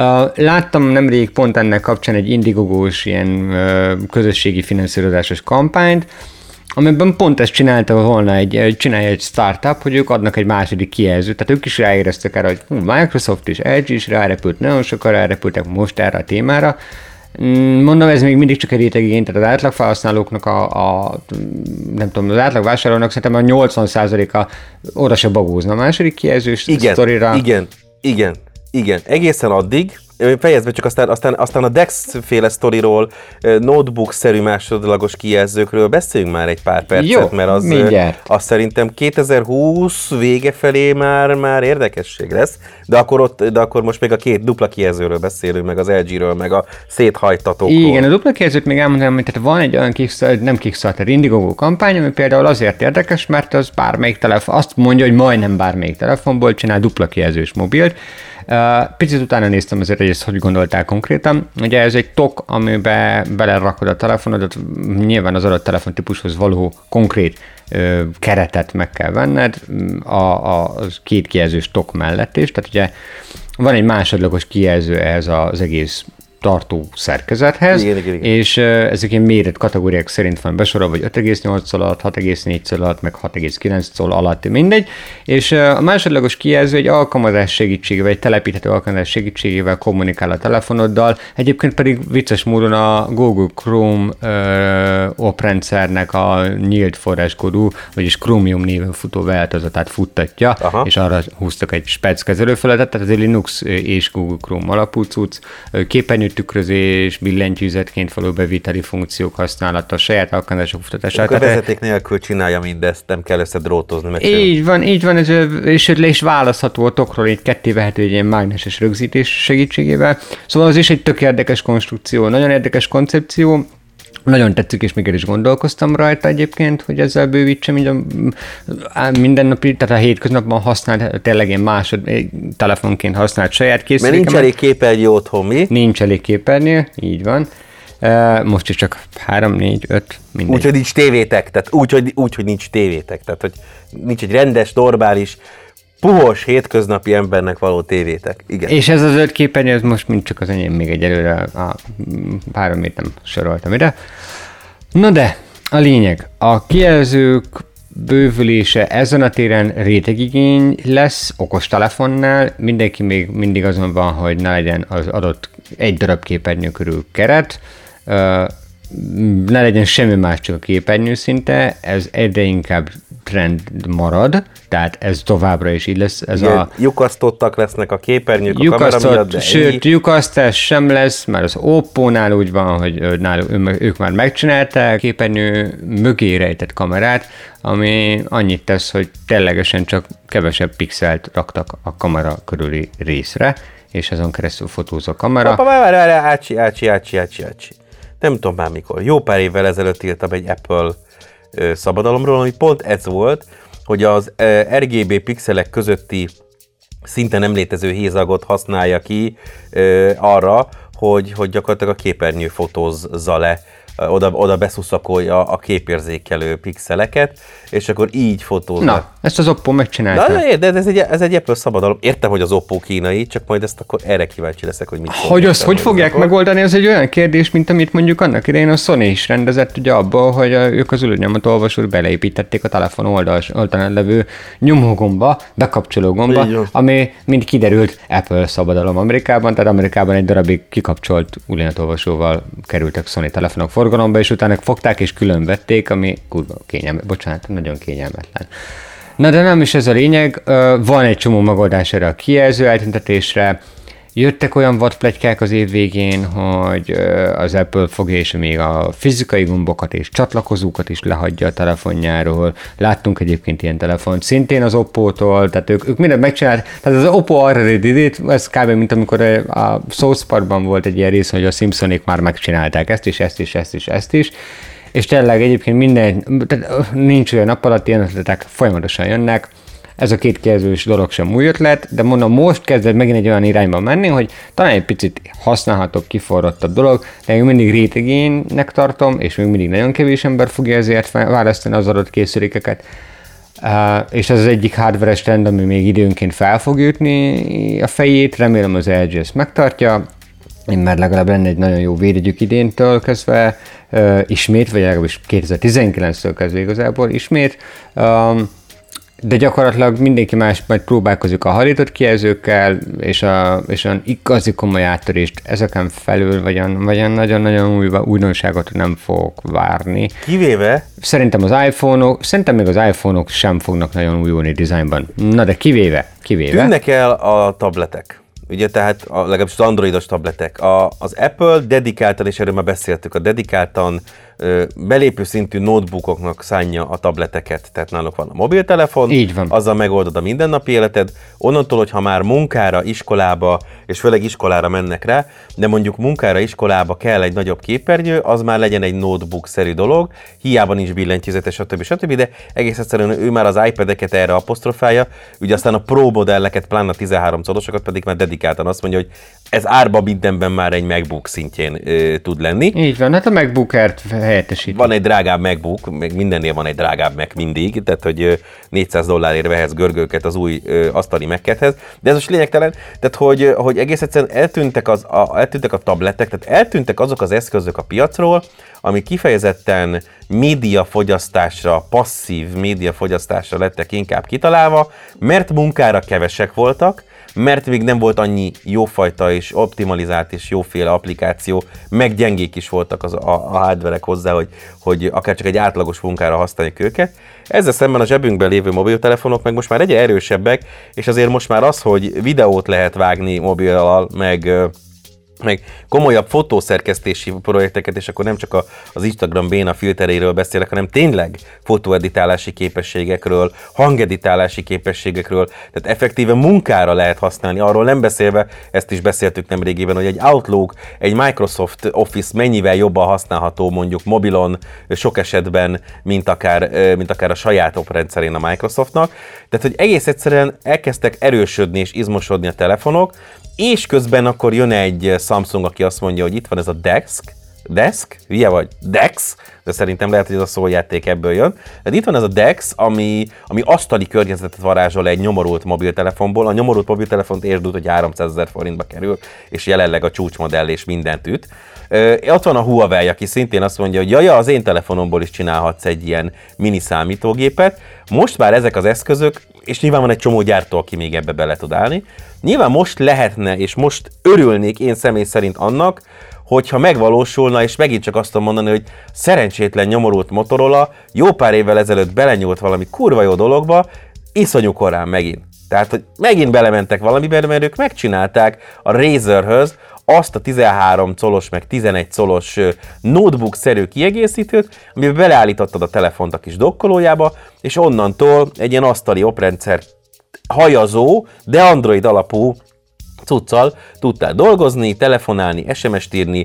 Láttam nemrég pont ennek kapcsán egy Indiegogo-s ilyen közösségi finanszírozásos kampányt, amiben pont ezt csinálta volna egy, csinálja egy startup, hogy ők adnak egy második kijelzőt, tehát ők is ráéreztek erre, hogy hú, Microsoft és el gé is rárepült, nagyon sokan rárepültek most erre a témára. Mondom, ez még mindig csak egy rétegigény, tehát az átlagfelhasználóknak a, a nem tudom, az átlagvásárlónak szerintem a nyolcvan százaléka oda se bagózna a második kijelzős igen, sztorira. Igen, igen, igen, egészen addig, fejezve csak aztán, aztán, aztán a Dex-féle sztoriról, notebook-szerű másodlagos kijelzőkről beszéljünk már egy pár percet, jó, mert az, az szerintem kétezer-húsz vége felé már, már érdekesség lesz, de akkor, ott, de akkor most még a két dupla kijelzőről beszélünk, meg az el gé-ről, meg a széthajtatókról. Igen, a dupla kijelzőt még elmondanám, hogy tehát van egy olyan Kickstarter, nem Kickstarter, Indiegogo kampány, ami például azért érdekes, mert az bármelyik telefon, azt mondja, hogy majdnem bármelyik telefonból csinál dupla kijelzős mobilt. Picit utána néztem azért, hogy ezt hogy gondolták konkrétan. Ugye ez egy tok, amiben belerakod a telefonodat, nyilván az adott telefontípushoz való konkrét ö, keretet meg kell venned a, a, a két kijelzős tok mellett is. Tehát ugye van egy másodlagos kijelző ehhez az egész tartó szerkezethez, igen, igen, igen. és uh, ezek ilyen méret kategóriák szerint van besorolva, vagy öt egész nyolc coll alatt, hat egész négy coll alatt, meg hat egész kilenc coll alatt, mindegy, és uh, a másodlagos kijelző egy alkalmazás segítségével, egy telepíthető alkalmazás segítségével kommunikál a telefonoddal, egyébként pedig vicces módon a Google Chrome uh, oprendszernek a nyílt forráskódú, vagyis Chromium néven futó változatát futtatja, aha, és arra húztak egy spec kezelőfelületet, tehát ez egy Linux és Google Chrome alapú cucc, képernyő tükrözés, billentyűzetként való beviteli funkciók használata, saját alkalmazások futtatása. Akkor vezeték nélkül csinálja mindezt, nem kell összedrótozni. Meg így sem. Van, így van, ez, és le is választható a tokról, így ketté vehető egy ilyen mágneses rögzítés segítségével. Szóval az is egy tök érdekes konstrukció, nagyon érdekes koncepció. Nagyon tetszik, és még el is gondolkoztam rajta egyébként, hogy ezzel bővítsem így a mindennapi, tehát a hétköznapban használt, tényleg ilyen másod telefonként használt saját készülékemet. Mert nincs elég képernyő otthon, mi? Nincs elég képernyő, így van. Most is csak három, négy, öt, mindegy. Úgyhogy nincs tévétek, tehát úgy, hogy, úgy, hogy nincs tévétek, tehát hogy nincs egy rendes, normális, puhos, hétköznapi embernek való tévétek. Igen. És ez az öt képernyő, ez most mind csak az enyém, még egy előre a háromét nem soroltam ide. Na de, a lényeg, a kijelzők bővülése ezen a téren rétegigény lesz okostelefonnál, mindenki még mindig azon van, hogy ne legyen az adott egy darab képernyő körül keret, ne legyen semmi más, csak a képernyő szinte, ez egyre inkább trend marad, tehát ez továbbra is így lesz. Ez igen, a lyukasztottak lesznek a képernyők a kamera miatt, de sőt, lyukasztás sem lesz, már az Oppo-nál úgy van, hogy náluk, ők már megcsinálták képernyő mögé rejtett kamerát, ami annyit tesz, hogy ténylegesen csak kevesebb pixelt raktak a kamera körüli részre, és azon keresztül fotóz a kamera. Apa, várj, várj, ácsi, ácsi, ácsi, ácsi, ácsi. Nem tudom már mikor. Jó pár évvel ezelőtt írtam egy Apple ö, szabadalomról, ami pont ez volt, hogy az ö, er gé bé pixelek közötti szinte nem létező hézagot használja ki ö, arra, hogy, hogy gyakorlatilag a képernyő fotózza le, oda, oda beszuszakolja a képérzékelő pixeleket, és akkor így fotózza. Na, ezt az Oppo megcsinálta. Na, de ez egy, ez egy Apple szabadalom. Értem, hogy az Oppo kínai, csak majd ezt akkor erre kíváncsi leszek, hogy mit Hogy azt hogy fogják akkor megoldani, ez egy olyan kérdés, mint amit mondjuk annak idején a Sony is rendezett, ugye abból, hogy ők az ülőnyomatolvasót beleépítették a telefon oldalán levő nyomógomba, bekapcsoló gomba, ami, mint kiderült, Apple szabadalom Amerikában, tehát Amerikában egy darabig kikapcsolt ülőnyomatolvasóval kerültek Sony telefonok forgalomba, és utána fogták és külön vették, ami kurva kényelmetlen, bocsánat, nagyon kényelmetlen. Na de nem is ez a lényeg, van egy csomó megoldás erre a kijelző eltüntetésre. Jöttek olyan vadpletykák az év végén, hogy az Apple fogja és még a fizikai gombokat és csatlakozókat is lehagyja a telefonjáról. Láttunk egyébként ilyen telefont, szintén az Oppo-tól, tehát ők, ők mindent megcsinálták. Tehát az Oppo already did it, ez kb. Mint amikor a South Parkban volt egy ilyen rész, hogy a Simpsonék már megcsinálták ezt is, ezt is, ezt is, ezt is. És tényleg egyébként minden, tehát nincs olyan nap alatt, ilyen ötletek folyamatosan jönnek. Ez a két kijelzős dolog sem új ötlet, de mondom, most kezdett megint egy olyan irányba menni, hogy talán egy picit használhatóbb, kiforrottabb dolog, de még mindig rétegénnek tartom, és még mindig nagyon kevés ember fogja ezért választani az adott készülékeket. Uh, és ez az egyik hardware-es trend, ami még időnként fel fog ütni a fejét, remélem az el gé ezt megtartja, mert legalább lenne egy nagyon jó védjegyük idéntől kezdve, uh, ismét, vagy legalábbis kétezer-tizenkilenctől kezdve igazából ismét, um, de gyakorlatilag mindenki más majd próbálkozik a harított kijelzőkkel, és a, és a igazi komoly áttörést ezeken felül, vagy olyan nagyon-nagyon új, újdonságot nem fogok várni. Kivéve? Szerintem az iPhone-ok, szerintem még az iPhone-ok sem fognak nagyon újulni dizájnban. Na de kivéve, kivéve. Tűnnek el a tabletek. Ugye tehát a, legalábbis az androidos tabletek. A, az Apple dedikáltan, és erről már beszéltük, a dedikáltan ö, belépő szintű notebookoknak szánja a tableteket. Tehát náluk van a mobiltelefon, így van. Azzal megoldod a mindennapi életed. Onnantól, hogy ha már munkára, iskolába, és főleg iskolára mennek rá, de mondjuk munkára, iskolába kell egy nagyobb képernyő, az már legyen egy notebook-szerű dolog, hiába nincs billentyűzete, stb. stb. De egész egyszerűen ő már az iPad-eket erre apostrofálja, ugye aztán a Pro modelleket, pláne a tizenhárom collosokat pedig már dedikáltan azt mondja, hogy ez árba mindenben már egy MacBook szintjén ö, tud lenni. Így van, hát a MacBook Air-t helyettesít. Van egy drágább MacBook, meg mindennél van egy drágább Mac mindig, tehát hogy négyszáz dollárért vehetsz görgőket az új ö, asztali Mac-edhez, de ez most lényegtelen, tehát hogy, hogy egész egyszerűen eltűntek, az, a, eltűntek a tabletek, tehát eltűntek azok az eszközök a piacról, ami kifejezetten médiafogyasztásra, passzív médiafogyasztásra lettek inkább kitalálva, mert munkára kevesek voltak, mert még nem volt annyi jófajta és optimalizált és jóféle applikáció, meg gyengék is voltak az, a, a hardverek hozzá, hogy, hogy akár csak egy átlagos munkára használjuk őket. Ezzel szemben a zsebünkben lévő mobiltelefonok meg most már egyre erősebbek, és azért most már az, hogy videót lehet vágni mobillal, meg meg komolyabb fotószerkesztési projekteket, és akkor nem csak a, az Instagram béna filtereiről beszélek, hanem tényleg fotóeditálási képességekről, hangeditálási képességekről, tehát effektíve munkára lehet használni, arról nem beszélve, ezt is beszéltük nemrégiben, hogy egy Outlook, egy Microsoft Office mennyivel jobban használható mondjuk mobilon sok esetben, mint akár, mint akár a saját oprendszerén a Microsoftnak. Tehát, hogy egész egyszerűen elkezdtek erősödni és izmosodni a telefonok, és közben akkor jön egy Samsung, aki azt mondja, hogy itt van ez a Desk, Desk, hülye vagy, Dex, de szerintem lehet, hogy ez a szójáték ebből jön. De itt van ez a Dex, ami, ami asztali környezetet varázsol egy nyomorult mobiltelefonból. A nyomorult mobiltelefont értsd úgy, hogy háromszázezer forintba kerül, és jelenleg a csúcsmodell és mindent üt. Ö, ott van a Huawei, aki szintén azt mondja, hogy jaja, az én telefonomból is csinálhatsz egy ilyen mini számítógépet. Most már ezek az eszközök, és nyilván van egy csomó gyártó, aki még ebbe bele tud állni. Nyilván most lehetne, és most örülnék én személy szerint annak, hogyha megvalósulna, és megint csak azt tudom mondani, hogy szerencsétlen nyomorult Motorola jó pár évvel ezelőtt belenyúlt valami kurva jó dologba, iszonyú korán megint. Tehát, hogy megint belementek valamiben, mert ők megcsinálták a Razerhöz azt a tizenhárom colos, meg tizenegy colos notebook-szerű kiegészítőt, amiben beleállítottad a telefont a kis dokkolójába, és onnantól egy ilyen asztali oprendszer hajazó, de Android alapú cuccal tudtál dolgozni, telefonálni, es em est írni,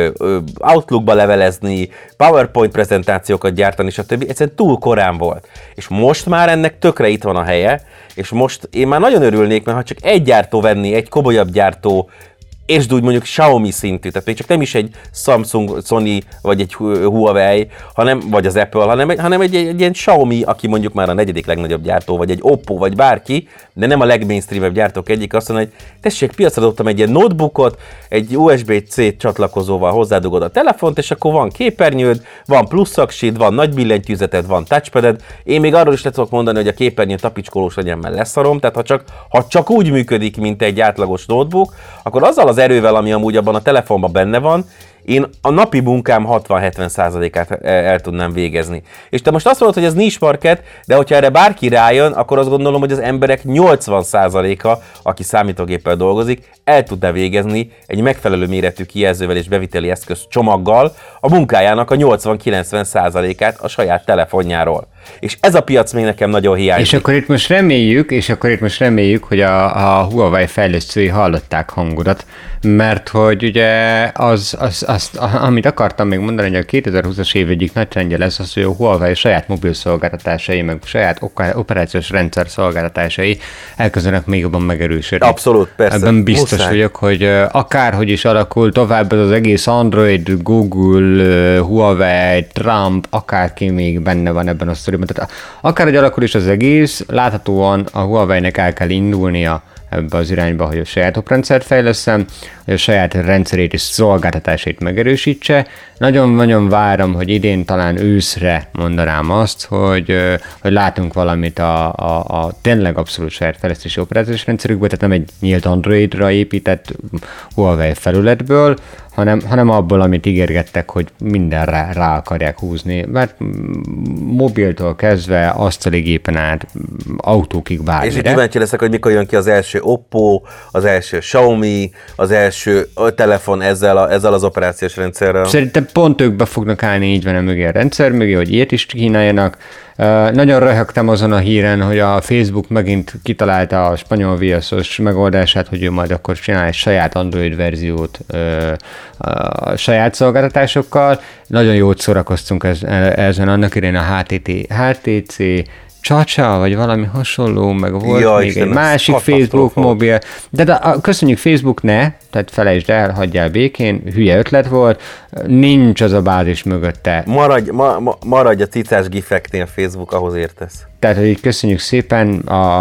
Outlookba levelezni, PowerPoint prezentációkat gyártani, stb. Egyszerűen túl korán volt. És most már ennek tökre itt van a helye, és most én már nagyon örülnék, mert ha csak egy gyártó venni, egy komolyabb gyártó, és úgy mondjuk Xiaomi szintű, tehát még csak nem is egy Samsung, Sony, vagy egy Huawei, hanem, vagy az Apple, hanem, hanem egy, egy, egy ilyen Xiaomi, aki mondjuk már a negyedik legnagyobb gyártó, vagy egy Oppo, vagy bárki, de nem a legmainstreamebb gyártók egyik, azt mondja, hogy tessék, piacra dobtam egy ilyen notebookot, egy u es bé cé csatlakozóval hozzádugod a telefont, és akkor van képernyőd, van pluszaksid, van nagy billentyűzeted, van touchpaded. Én még arról is le tudok mondani, hogy a képernyő tapicskolós legyen, mert leszarom, tehát ha csak, ha csak úgy működik, mint egy átlagos notebook, akkor azzal az erővel, ami amúgy abban a telefonban benne van, én a napi munkám hatvan-hetven százalékát el, el tudnám végezni. És te most azt mondod, hogy ez niche market, de hogyha erre bárki rájön, akkor azt gondolom, hogy az emberek nyolcvan százaléka, aki számítógéppel dolgozik, el tudná végezni egy megfelelő méretű kijelzővel és beviteli eszköz csomaggal a munkájának a nyolcvan-kilencven százalékát a saját telefonjáról. És ez a piac még nekem nagyon hiányzik. És akkor itt most reméljük, és akkor itt most reméljük, hogy a, a Huawei fejlesztői hallották hangodat, mert hogy ugye az, az, az, amit akartam még mondani, hogy a kétezer-húszas év egyik nagy trendje lesz az, hogy a Huawei saját mobil szolgáltatásai, meg saját operációs rendszer szolgáltatásai elkezdenek még jobban megerősödni. Abszolút, persze. Ebben biztos Muszáj. vagyok, hogy akárhogy is alakul tovább ez az egész Android, Google, Huawei, Trump, akárki még benne van ebben a sztoriban. Tehát akárhogy alakul is az egész, láthatóan a Huawei-nek el kell indulnia ebbe az irányba, hogy a saját oprendszert fejleszem, hogy a saját rendszerét és szolgáltatásait megerősítse. Nagyon-nagyon várom, hogy idén talán őszre mondanám azt, hogy, hogy látunk valamit a, a, a tényleg abszolút saját fejlesztési operációs rendszerükből, tehát nem egy nyílt Androidra épített Huawei felületből, hanem, hanem abból, amit ígérgettek, hogy mindenre rá akarják húzni. Mert mobiltól kezdve, asztali gépen át, autókig bármire. És így kíváncsi leszek, hogy mikor jön ki az első Oppo, az első Xiaomi, az első telefon ezzel, a, ezzel az operációs rendszerrel. Szerintem pont ők be fognak állni így van mögé a rendszer mögé, hogy ilyet is kínáljanak. Uh, nagyon röhögtem azon a híren, hogy a Facebook megint kitalálta a spanyol viaszos megoldását, hogy ő majd akkor csinál egy saját Android verziót uh, a saját szolgáltatásokkal. Nagyon jót szórakoztunk ez, ezen, annak idején a há té té, há té cé, Csa-csa, vagy valami hasonló, meg volt ja, még Istenem, egy másik Facebook mobil. De, de a, köszönjük Facebook, ne, tehát felejtsd el, hagyjál békén, hülye ötlet volt, nincs az a bázis mögötte. Maradj, ma, ma, maradj a cicás gifeknél, Facebook, ahhoz értesz. Tehát, hogy köszönjük szépen, a,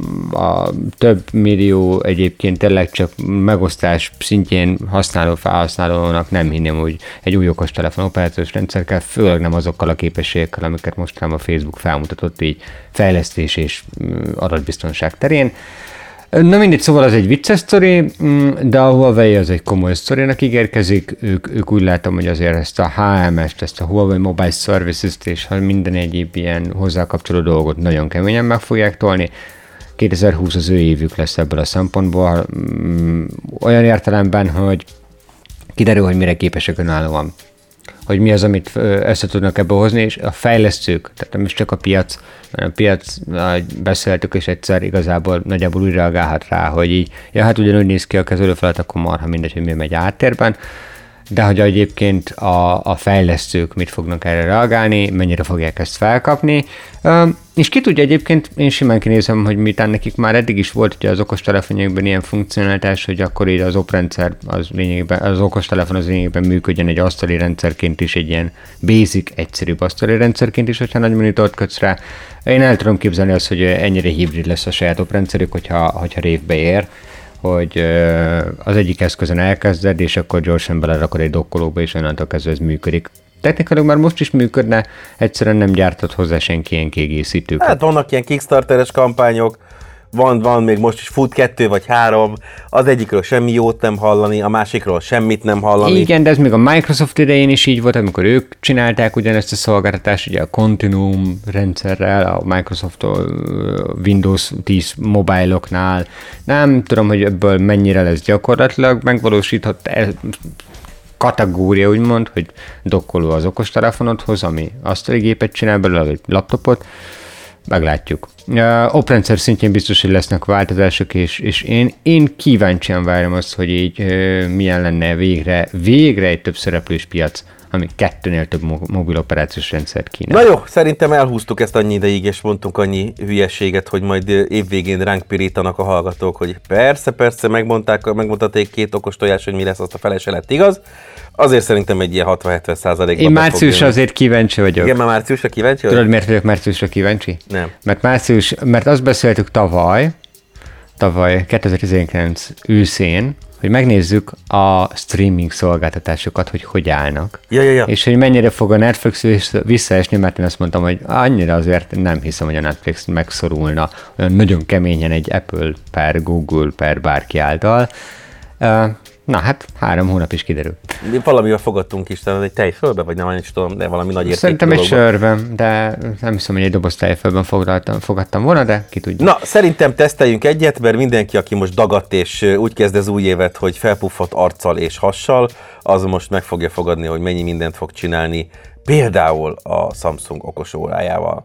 a több millió egyébként tényleg csak megosztás szintjén használó felhasználónak nem hinném, hogy egy új okostelefon operációs rendszer kell, főleg nem azokkal a képességekkel, amiket mostanában a Facebook felmutatott így fejlesztés és adatbiztonság terén. Na mindegy, szóval az egy vicces sztori, de a Huawei az egy komoly sztorinak ígérkezik. Ők, ők úgy látom, hogy azért ezt a há em est, ezt a Huawei Mobile Services-t és minden egyéb ilyen hozzá kapcsolódó dolgot nagyon keményen meg fogják tolni. kétezer-húsz az ő évük lesz ebből a szempontból. Olyan értelemben, hogy kiderül, hogy mire képesek önállóan. Hogy mi az, amit össze tudnak ebbe hozni, és a fejlesztők, tehát nem is csak a piac, mert a piac, beszéltük, és egyszer igazából nagyjából úgy reagálhat rá, hogy így, ja, hát ugyanúgy néz ki a kezelőfelet, akkor marha mindegy, hogy mi megy áttérben, de hogy egyébként a, a fejlesztők mit fognak erre reagálni, mennyire fogják ezt felkapni, és ki tudja egyébként, én simán kinézem, hogy miután nekik már eddig is volt ugye az okostelefonjukban ilyen funkcionalitás, hogy akkor így az oprendszer, az, lényegében, az okostelefon az lényegében működjön egy asztali rendszerként is, egy ilyen basic, egyszerűbb asztali rendszerként is, hogyha nagy monitort kötsz rá. Én el tudom képzelni azt, hogy ennyire hibrid lesz a saját oprendszerük, hogyha, hogyha révbe ér, hogy az egyik eszközön elkezded, és akkor gyorsan belerakod egy dokkolóba, és onnantól kezdve ez működik. Technikailag már most is működne, egyszerűen nem gyártott hozzá senki ilyen kiegészítőket. Hát vannak ilyen Kickstarteres kampányok, van, van, még most is fut kettő vagy három, az egyikről semmi jót nem hallani, a másikról semmit nem hallani. Igen, de ez még a Microsoft idején is így volt, amikor ők csinálták ugyanezt a szolgáltatást, ugye a Continuum rendszerrel, a Microsoft Windows tíz mobiloknál. Nem tudom, hogy ebből mennyire lesz gyakorlatilag megvalósíthat kategória, úgymond, hogy dokkoló az okostelefonodhoz, ami asztaligépet csinál belőle, vagy laptopot, meglátjuk. Uh, oprendszer szintjén biztos, hogy lesznek változások, és, és én, én kíváncsian várom azt, hogy így uh, milyen lenne végre, végre egy több szereplős piac, ami kettőnél több mo- mobil operációs rendszert kínál. Na jó, szerintem elhúztuk ezt annyi ideig, és mondtunk annyi hülyeséget, hogy majd évvégén ránk pirítanak a hallgatók, hogy persze, persze, megmondták, megmondták két okos tojás, hogy mi lesz, azt a fele se lett igaz. Azért szerintem egy ilyen hatvan-hetven százalékban. Én márciusra azért kíváncsi vagyok. Igen, már márciusra kíváncsi vagyok? Tudod, miért vagyok márciusra kíváncsi? Nem. Mert március, mert azt beszéltük tavaly, tavaly kétezer-tizenkilenc őszén, hogy megnézzük a streaming szolgáltatásokat, hogy hogy állnak. Ja, ja, ja. És hogy mennyire fog a Netflix visszaesni, mert én azt mondtam, hogy annyira azért nem hiszem, hogy a Netflix megszorulna olyan nagyon keményen egy Apple per Google per bárki által. Na hát, három hónap is kiderül. Mi valamivel fogadtunk is, talán egy tejfölbe, vagy nem is tudom, de valami nagy értékű Szerintem egy dologban. sörben, de nem hiszem, hogy egy doboz tejfölben fogadtam, fogadtam volna, de ki tudja. Na, szerintem teszteljünk egyet, mert mindenki, aki most dagadt és úgy kezd az új évet, hogy felpuffat arccal és hassal, az most meg fogja fogadni, hogy mennyi mindent fog csinálni, például a Samsung okos órájával.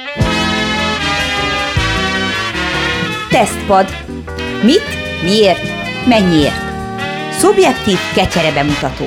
Tesztpad. Mit, miért, mennyiért? Szubjektív kecsere bemutató.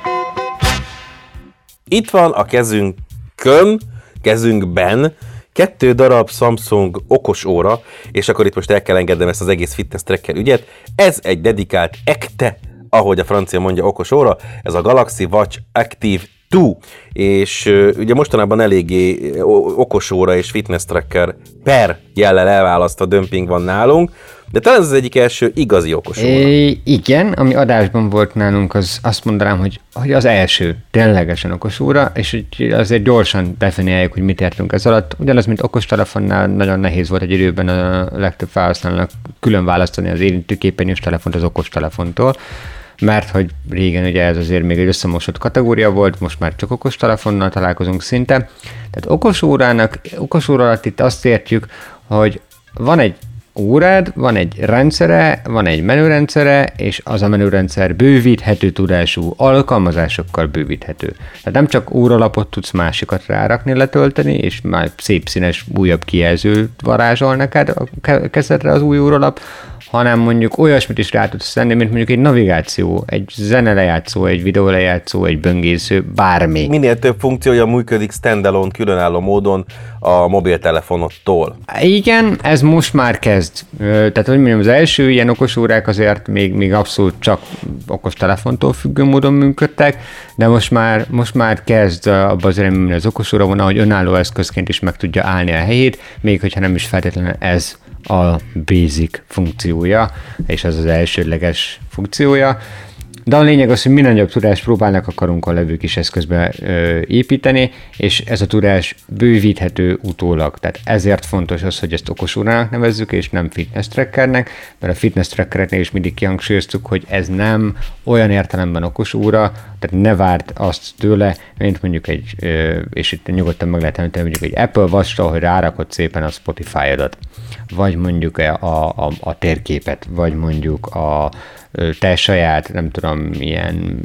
Itt van a kezünkön, kezünkben kettő darab Samsung okos óra, és akkor itt most el kell engednem ezt az egész fitness tracker ügyet. Ez egy dedikált é ká té, ahogy a francia mondja, okos óra, ez a Galaxy Watch Active kettő, és uh, ugye mostanában eléggé okos óra és fitness tracker per jellel elválasztva dömping van nálunk, de talán ez az egyik első igazi okos óra. É, igen, ami adásban volt nálunk, az azt mondanám, hogy, hogy az első ténylegesen okos óra, és azért gyorsan definiáljuk, hogy mit értünk ez alatt. Ugyanaz, mint okostelefonnál nagyon nehéz volt egy időben a legtöbb felhasználónak külön választani az érintőképernyős telefont az okostelefontól, mert hogy régen ugye ez azért még egy összemosott kategória volt, most már csak okostelefonnal találkozunk szinte. Tehát okos órának, okos óra alatt itt azt értjük, hogy van egy órád, van egy rendszere, van egy menürendszere, és az a menürendszer bővíthető tudású alkalmazásokkal bővíthető. Tehát nem csak óralapot tudsz másikat rárakni, letölteni, és már szép színes újabb kijelzőt varázsol neked a kezedre az új óralap, hanem mondjuk olyasmit is rá tudsz tenni, mint mondjuk egy navigáció, egy zenelejátszó, egy videólejátszó, egy böngésző, bármi. Minél több funkciója működik standalone, különálló módon a mobiltelefonodtól. Igen, ez most már kezd. Tehát, hogy mondjam, az első ilyen okosórák azért még, még abszolút csak okostelefontól függő módon működtek, de most már, most már kezd abban az irányban az okosóra vonal, hogy önálló eszközként is meg tudja állni a helyét, még hogyha nem is feltétlenül ez a basic funkciója, és az az elsődleges funkciója. De a lényeg az, hogy minél nagyobb tudást próbálnak a karunkon levő kis eszközbe ö, építeni, és ez a tudás bővíthető utólag. Tehát ezért fontos az, hogy ezt okos órának nevezzük, és nem fitness trackernek, mert a fitness trackereknél is mindig kihangsúlyoztuk, hogy ez nem olyan értelemben okos óra, tehát ne várd azt tőle, mint mondjuk egy, ö, és itt nyugodtan meg lehet említeni, mondjuk egy Apple Watch-ra, hogy rárakod szépen a Spotify-odat, vagy mondjuk a, a, a térképet, vagy mondjuk a te saját, nem tudom, ilyen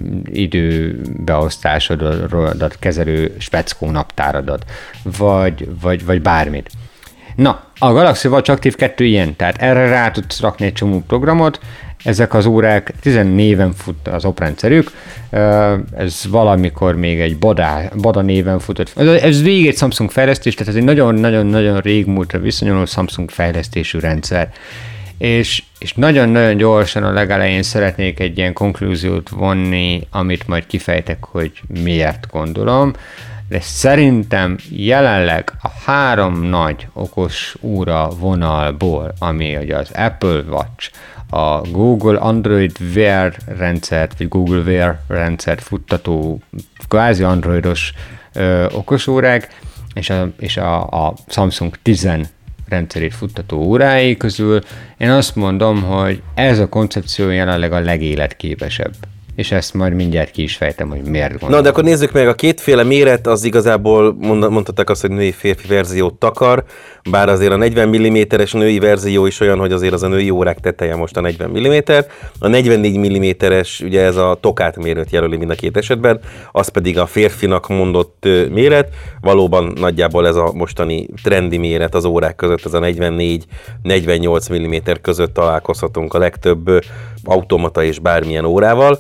időbeosztásodat kezelő speckó naptáradat, vagy, vagy, vagy bármit. Na, a Galaxy Watch Active kettő ilyen, tehát erre rá tudsz rakni egy csomó programot, ezek az órák tizen néven fut az oprendszerük, ez valamikor még egy Bada, Bada néven futott. Ez végig egy Samsung fejlesztés, tehát ez egy nagyon-nagyon-nagyon régmúltra viszonyuló Samsung fejlesztésű rendszer. És, és nagyon-nagyon gyorsan a legelején szeretnék egy ilyen konklúziót vonni, amit majd kifejtek, hogy miért gondolom, de szerintem jelenleg a három nagy okos óra vonalból, ami ugye az Apple Watch, a Google Android Wear rendszert, vagy Google Wear rendszert futtató kvázi androidos ö, okosórák, és a, és a, a Samsung tíz rendszerét futtató órái közül én azt mondom, hogy ez a koncepció jelenleg a legéletképesebb. És ezt majd mindjárt ki is fejtem, hogy miért gondolom. Na, de akkor nézzük meg, a kétféle méret az igazából mondhatták azt, hogy női férfi verziót takar, bár azért a negyven milliméteres női verzió is olyan, hogy azért az a női órák teteje most a negyven milliméter, a negyvennégy milliméteres, ugye ez a tokát mérőt jelöli mind a két esetben, az pedig a férfinak mondott méret, valóban nagyjából ez a mostani trendi méret az órák között, ez a negyvennégy negyvennyolc milliméter között találkozhatunk a legtöbb automata és bármilyen órával,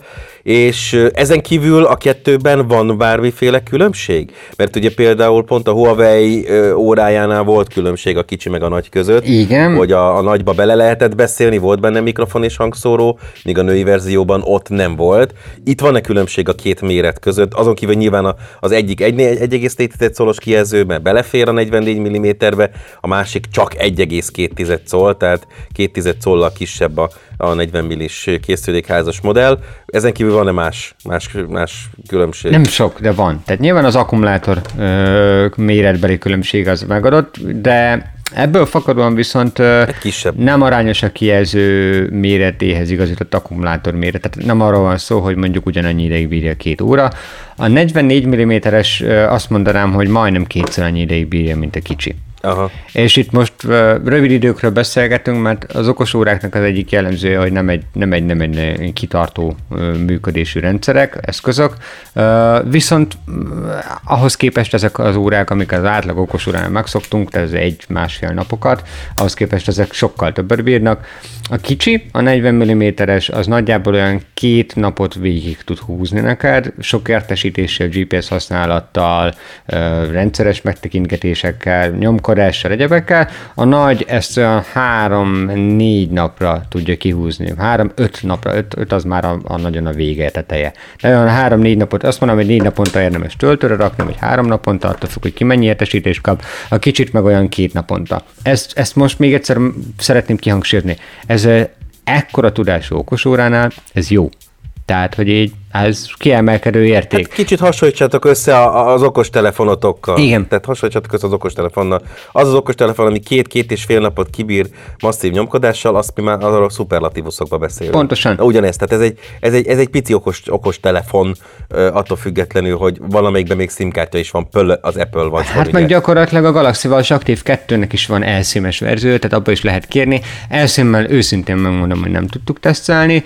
és ezen kívül a kettőben van bármiféle különbség? Mert ugye például pont a Huawei órájánál volt különbség a kicsi meg a nagy között. Igen. Hogy a, a nagyba bele lehetett beszélni, volt benne mikrofon és hangszóró, míg a női verzióban ott nem volt. Itt van-e különbség a két méret között? Azon kívül nyilván az egyik egy egész négy szolos kijelző, mert belefér a negyvennégy milliméterbe, a másik csak egy egész két coll, tehát két collal kisebb a, a negyven millis készülékházas modell. Ezen kívül van-e más, más, más különbség? Nem sok, de van. Tehát nyilván az akkumulátor ö, méretbeli különbség az megadott, de ebből fakadóan viszont ö, nem arányos a kijelző méretéhez igazított akkumulátor méret. Tehát nem arról van szó, hogy mondjuk ugyanannyi ideig bírja két óra. A negyvennégy milliméteres ö, azt mondanám, hogy majdnem kétszer annyi ideig bírja, mint a kicsi. Aha. És itt most uh, rövid időkről beszélgetünk, mert az okos óráknak az egyik jellemzője, hogy nem egy, nem egy, nem egy kitartó uh, működésű rendszerek, eszközök, uh, viszont uh, ahhoz képest ezek az órák, amik az átlag okos óránál megszoktunk, tehát ez egy-másfél napokat, ahhoz képest ezek sokkal többet bírnak. A kicsi, a negyven milliméteres, az nagyjából olyan két napot végig tud húzni neked, sok értesítéssel, gé pé es használattal, uh, rendszeres megtekintgetésekkel, nyomkodással, egyebekkel. A nagy ezt olyan három-négy napra tudja kihúzni. három-öt napra, öt az már a, a nagyon a vége teteje. De olyan három-négy napot, azt mondom, hogy négy naponta érdemes töltőre rakni, vagy három naponta, attól függ, hogy ki mennyi értesítést kap, a kicsit meg olyan két naponta. Ezt, ezt most még egyszer szeretném kihangsúlyozni. Ez ekkora tudású okosóránál, ez jó. Tehát, hogy így ez kiemelkedő érték. Hát kicsit hasonlítsátok össze az okostelefonotokkal. Igen. Tehát hasonlítsátok össze az okostelefonnal. Az az okostelefon, ami két-két és fél napot kibír masszív nyomkodással, azt mi már arról szuperlatívuszokba beszélünk. Pontosan. Na, ugyanezt, tehát ez egy, ez egy, ez egy pici okos, okostelefon, attól függetlenül, hogy valamelyikben még SIM-kártya is van, pöl, az Apple van. Hát ugye. Meg gyakorlatilag a Galaxy Watch Active kettőnek is van elszímes verzió, tehát abba is lehet kérni. Elszímmel őszintén megmondom, hogy nem tudtuk tesztelni.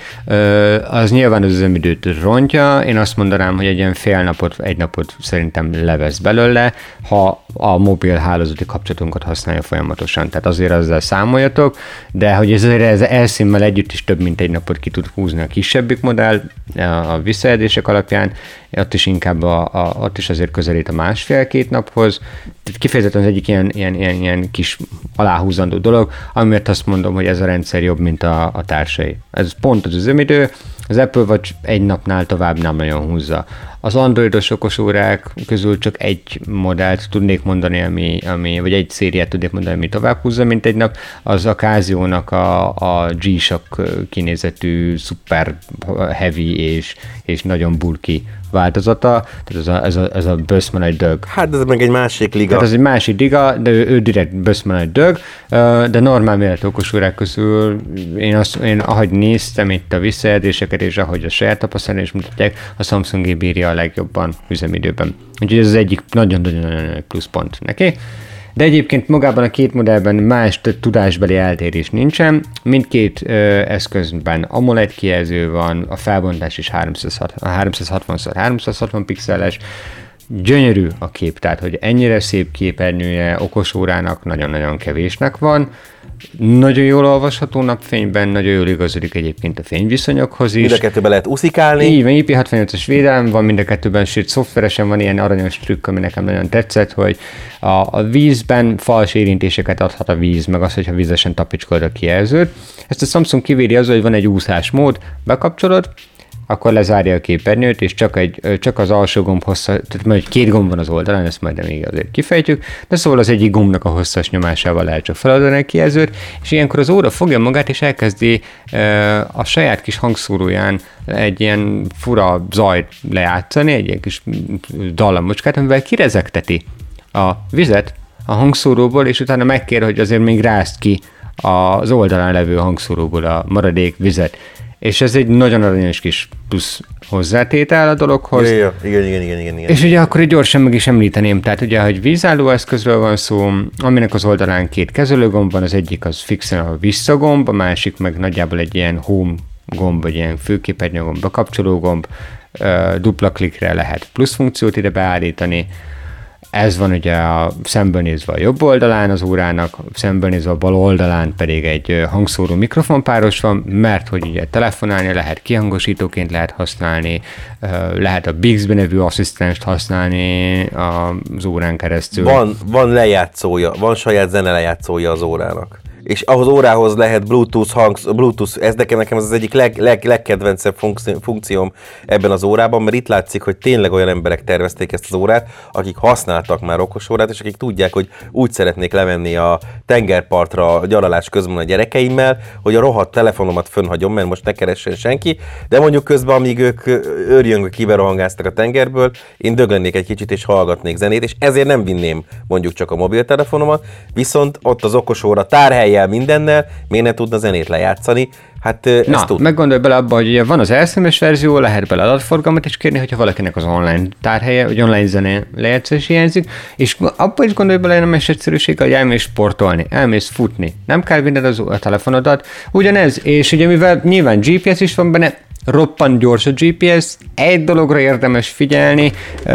Az nyilván az üzemidőt rontja. Én azt mondanám, hogy egy ilyen fél napot, egy napot szerintem levesz belőle, ha a mobil hálózati kapcsolatunkat használja folyamatosan. Tehát azért ezzel számoljatok, de hogy ezért ez elszímmel együtt is több mint egy napot ki tud húzni a kisebbik modell a visszajelzések alapján, ott is inkább a, a, ott is azért közelít a másfél-két naphoz. Tehát kifejezetten az egyik ilyen, ilyen, ilyen, ilyen kis aláhúzandó dolog, amiért azt mondom, hogy ez a rendszer jobb, mint a, a társai. Ez pont az üzemidő, az Apple Watch egy napnál tovább nem nagyon húzza. Az androidos okosórák közül csak egy modellt tudnék mondani, ami, ami, vagy egy szériát tudnék mondani, ami tovább húzza, mint egy nap, az a Casio-nak a, a G-Shock kinézetű, super heavy és, és nagyon bulky változata, tehát ez a, ez a, ez a Böszmann egy dög. Hát ez meg egy másik liga. Tehát ez egy másik liga, de ő, ő direkt Böszmann egy dög, de normál méretű okosórák közül én, azt, én ahogy néztem itt a visszajelzéseket, és ahogy a saját tapasztalat is mutatják, a Samsungé bírja a legjobban üzemidőben. Úgyhogy ez az egyik nagyon-nagyon pluszpont neki. De egyébként magában a két modellben más tudásbeli eltérés nincsen. Mindkét ö, eszközben AMOLED kijelző van, a felbontás is háromszázhatvan szor háromszázhatvan pixeles. Gyönyörű a kép, tehát hogy ennyire szép képernyője okosórának nagyon-nagyon kevésnek van. Nagyon jól olvasható napfényben, nagyon jól igazodik egyébként a fényviszonyokhoz is. Mind a kettőben lehet uszikálni. Így van, I P hatvannyolcas védelem van mind a kettőben, sőt szoftveresen van ilyen aranyos trükk, ami nekem nagyon tetszett, hogy a, a vízben fals érintéseket adhat a víz, meg az, hogyha vízesen tapicskolod a kijelzőt. Ezt a Samsung kivédi az, hogy van egy úszásmód, bekapcsolod, akkor lezárja a képernyőt, és csak, egy, csak az alsó gomb hossza, tehát majd két gomb van az oldalán, ezt majd még azért kifejtjük, de szóval az egyik gombnak a hosszas nyomásával lehet csak feladni a kijelzőt, és ilyenkor az óra fogja magát, és elkezdi e, a saját kis hangszóróján egy ilyen fura zajt lejátszani, egy ilyen kis dallamocskát, amivel kirezegteti a vizet a hangszóróból, és utána megkér, hogy azért még rázd ki az oldalán levő hangszóróból a maradék vizet. És ez egy nagyon aranyos kis plusz hozzátétel a dologhoz. Ja, ja, igen, igen, igen, igen, igen. És ugye akkor egy gyorsan meg is említeném, tehát ugye, hogy vízálló eszközről van szó, aminek az oldalán két kezelőgomb van, az egyik az fixen a visszagomb, a másik meg nagyjából egy ilyen home gomb, vagy ilyen főképernyőgomb, bekapcsoló gomb, dupla klikre lehet plusz funkciót ide beállítani. Ez van ugye a szemben nézve a jobb oldalán az órának, szemben nézve a bal oldalán pedig egy hangszóró mikrofonpáros van, mert hogy ugye telefonálni lehet, kihangosítóként lehet használni, lehet a Bixby nevű asszisztenst használni az órán keresztül. Van, van lejátszója, van saját zene lejátszója az órának. És ahhoz órához lehet Bluetooth hang, Bluetooth, ez nekem, nekem az, az egyik leg, leg, legkedvencebb funkcióm ebben az órában, mert itt látszik, hogy tényleg olyan emberek tervezték ezt az órát, akik használtak már okos órát, és akik tudják, hogy úgy szeretnék lemenni a tengerpartra a gyaralás közben a gyerekeimmel, hogy a rohadt telefonomat fönnhagyom, mert most ne keressen senki, de mondjuk közben, amíg ők őrjöngve kiberohangáztak a tengerből, én döglennék egy kicsit és hallgatnék zenét, és ezért nem vinném mondjuk csak a mobiltelefonomat, viszont ott az okos óra tárhely mindennel, miért ne tudna zenét lejátszani? Hát Na, ezt tud. Meggondolj bele abba, hogy ugye van az es em es verzió, lehet bele adatforgalmat is kérni, hogyha valakinek az online tárhelye, vagy online zene lejátszás hiányzik, és abba is gondolj bele, nem es egyszerűség, hogy elmész sportolni, elmész futni. Nem kell vinned az a telefonodat. Ugyanez, és ugye mivel nyilván gé pé es is van benne, roppant gyors a gé pé es, egy dologra érdemes figyelni,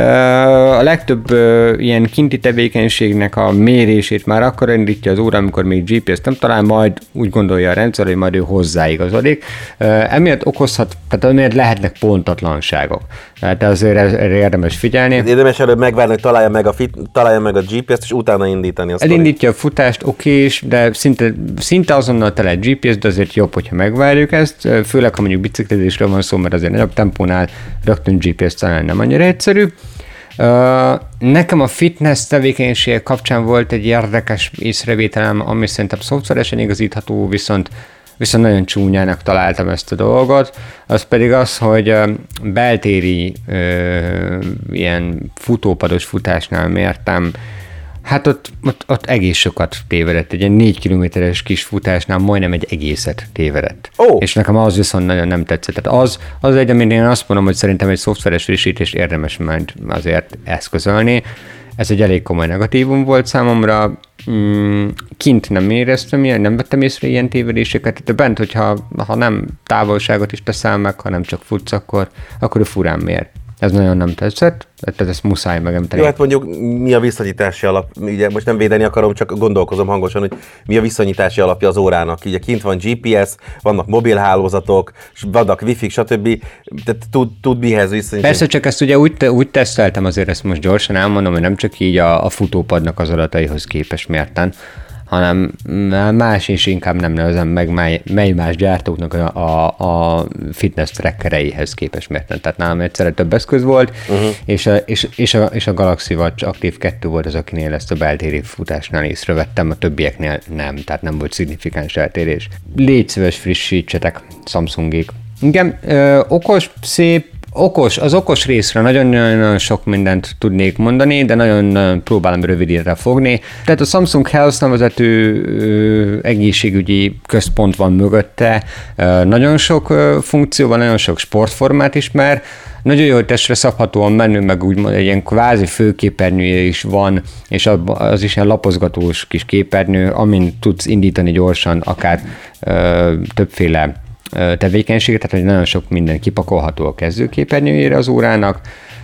a legtöbb ilyen kinti tevékenységnek a mérését már akkor indítja az óra, amikor még gé pé es nem talál, majd úgy gondolja a rendszer, hogy majd ő hozzáigazodik. Emiatt okozhat, tehát emiatt lehetnek pontatlanságok. Tehát azért erre érdemes figyelni. Érdemes előbb megvárni, hogy találja meg a, fit, találja meg a gé pé es-t, és utána indítani a sztorit. Elindítja a futást, okés, de szinte, szinte azonnal tele gé pé es, de azért jobb, hogyha megvárjuk ezt, főleg, ha mondjuk biciklizésről van szó, mert azért nagyobb tempónál rögtön gé pé es talán nem annyira egyszerű. Uh, nekem a fitness tevékenységek kapcsán volt egy érdekes észrevételem, ami szerintem szoftveresen igazítható, viszont viszont nagyon csúnyának találtam ezt a dolgot, az pedig az, hogy beltéri uh, ilyen futópados futásnál mértem, hát ott, ott, ott egész sokat tévedett, egy ilyen négy kilométeres kis futásnál majdnem egy egészet tévedett. Oh. És nekem az viszont nagyon nem tetszett. Tehát az, az egy, amit én azt mondom, hogy szerintem egy szoftveres frissítést érdemes majd azért eszközölni. Ez egy elég komoly negatívum volt számomra. Mm, kint nem éreztem ilyen, nem vettem észre ilyen tévedéseket, de bent, hogyha ha nem távolságot is teszel meg, hanem csak futsz, akkor, akkor ő furán mér. Ez nagyon nem tetszett, tehát ezt muszáj megemlíteni. Jó, hát mondjuk mi a viszonyítási alap, ugye most nem védeni akarom, csak gondolkozom hangosan, hogy mi a viszonyítási alapja az órának. Ugye kint van gé pé es, vannak mobilhálózatok, vannak wifi, stb. Tehát tud, tud mihez viszonyítani. Persze, csak ezt ugye úgy, úgy teszteltem, azért ezt most gyorsan elmondom, hogy nem csak így a, a futópadnak az adataihoz képes mérten, hanem más és inkább nem nevezem meg, mely, mely más gyártóknak a, a, a fitness trackereihez képes mérten. Tehát nálam egyszerre több eszköz volt, uh-huh. és, a, és, és, a, és a Galaxy Watch Active kettő volt az, akinél ezt a beltéri futásnál észrevettem, a többieknél nem, tehát nem volt szignifikáns eltérés. Légy szíves, frissítsetek, Samsungék. Igen, ö, okos, szép, okos, az okos részre nagyon-nagyon sok mindent tudnék mondani, de nagyon próbálom rövidre fogni. Tehát a Samsung Health nevezetű ö, egészségügyi központ van mögötte, ö, nagyon sok ö, funkció van, nagyon sok sportformát ismer, nagyon jó, hogy testre szabhatóan menő, meg úgymond egy ilyen kvázi főképernyője is van, és az is ilyen lapozgatós kis képernyő, amin tudsz indítani gyorsan akár ö, többféle tevékenységet, tehát hogy nagyon sok minden kipakolható a kezdőképernyőjére az órának.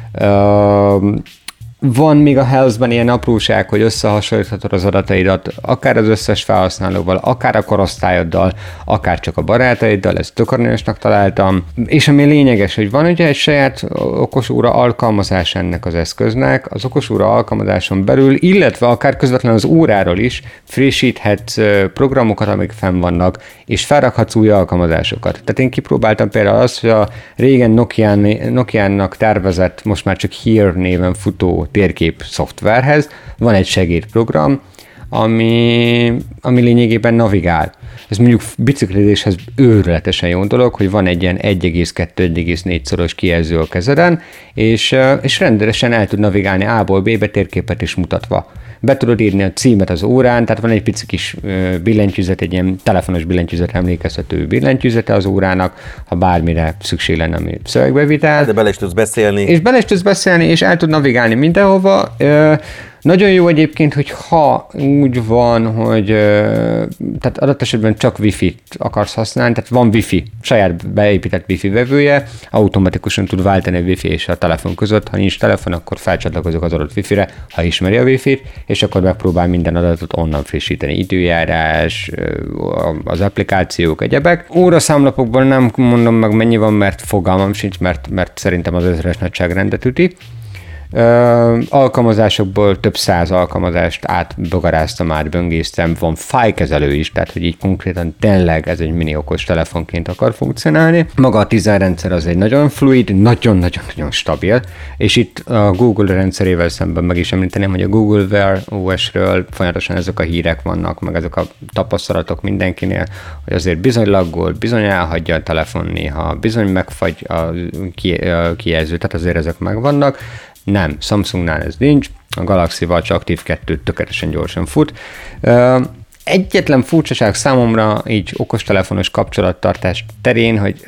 Van még a Health-ben ilyen apróság, hogy összehasonlíthatod az adataidat, akár az összes felhasználóval, akár a korosztályoddal, akár csak a barátaiddal, ezt tök aranyosnak találtam. És ami lényeges, hogy van ugye egy saját okosóra alkalmazás ennek az eszköznek, az okosóra alkalmazáson belül, illetve akár közvetlenül az óráról is frissíthetsz programokat, amik fenn vannak, és felrakhatsz új alkalmazásokat. Tehát én kipróbáltam például azt, hogy a régen Nokián, Nokiának tervezett, most már csak Here néven futó térkép szoftverhez van egy segédprogram, ami, ami lényegében navigál. ez mondjuk biciklizéshez őrületesen jó dolog, hogy van egy ilyen egy egész kettő - egy egész négy szoros kijelző a kezeden, és, és rendszeresen el tud navigálni A-ból B-be térképet is mutatva. Be tudod írni a címet az órán, tehát van egy pici kis billentyűzet, egy ilyen telefonos billentyűzet emlékeztető billentyűzete az órának, ha bármire szükség lenne, ami szövegbevitel. De bele is tudsz beszélni. És bele is tudsz beszélni, és el tud navigálni mindenhova. Nagyon jó egyébként, hogy ha úgy van, hogy tehát adott esetben csak Wi-Fi-t akarsz használni, tehát van Wi-Fi, saját beépített Wi-Fi vevője, automatikusan tud váltani a Wi-Fi és a telefon között. Ha nincs telefon, akkor felcsatlakozok az adott Wi-Fi-re, ha ismeri a Wi-Fi-t, és akkor megpróbál minden adatot onnan frissíteni. Időjárás, az applikációk, egyebek. Óraszámlapokból nem mondom meg mennyi van, mert fogalmam sincs, mert, mert szerintem az ezres nagyságrendet üti. Uh, alkalmazásokból több száz alkalmazást átbogaráztam, átböngésztem, van fájlkezelő is, tehát hogy így konkrétan tényleg ez egy mini okos telefonként akar funkcionálni. Maga a dizájnrendszer az egy nagyon fluid, nagyon-nagyon-nagyon stabil, és itt a Google rendszerével szemben meg is említeném, hogy a Google Wear o es-ről folyamatosan ezek a hírek vannak, meg ezek a tapasztalatok mindenkinél, hogy azért bizony laggol, bizony elhagyja a telefon néha, bizony megfagy a kijelző, tehát azért ezek megvannak. Nem, Samsungnál ez nincs, a Galaxy Watch Active kettő tökéletesen gyorsan fut. Egyetlen furcsaság számomra így okostelefonos kapcsolattartás terén, hogy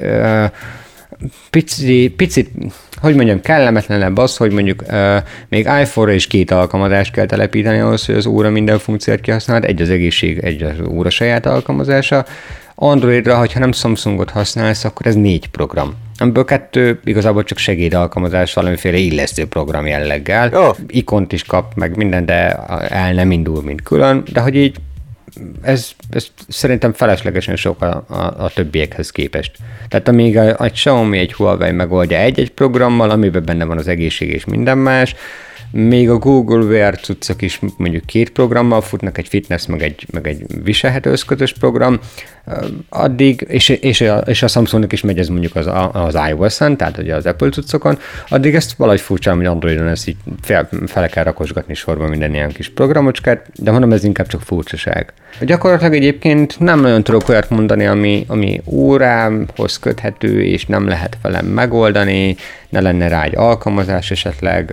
pici, picit, hogy mondjam, kellemetlenebb az, hogy mondjuk még iPhone-ra is két alkalmazást kell telepíteni ahhoz, hogy az óra minden funkciót kihasználhat, egy az egészség, egy az óra saját alkalmazása. Androidra, hogyha nem Samsungot használsz, akkor ez négy program. Ebből kettő igazából csak segédalkalmazás valamiféle illesztő program jelleggel. Oh. Ikont is kap, meg minden, de el nem indul, mint külön, de hogy így ez, ez szerintem feleslegesen sok a, a, a többiekhez képest. Tehát amíg egy Xiaomi, egy Huawei megoldja egy-egy programmal, amiben benne van az egészség és minden más, még a Google Wear cuccok is mondjuk két programmal futnak, egy fitness, meg egy, meg egy viselhető összkötös program, addig, és, és, a, és a Samsungnak is megy ez mondjuk az, az iOS-en, tehát ugye az Apple cuccokon, addig ezt valahogy furcsa, hogy Androidon ezt így fel, fele kell rakosgatni sorban minden ilyen kis programocskát, de mondom, ez inkább csak furcsaság. Gyakorlatilag egyébként nem nagyon tudok olyat mondani, ami, ami órámhoz köthető, és nem lehet velem megoldani, ne lenne rá egy alkalmazás esetleg.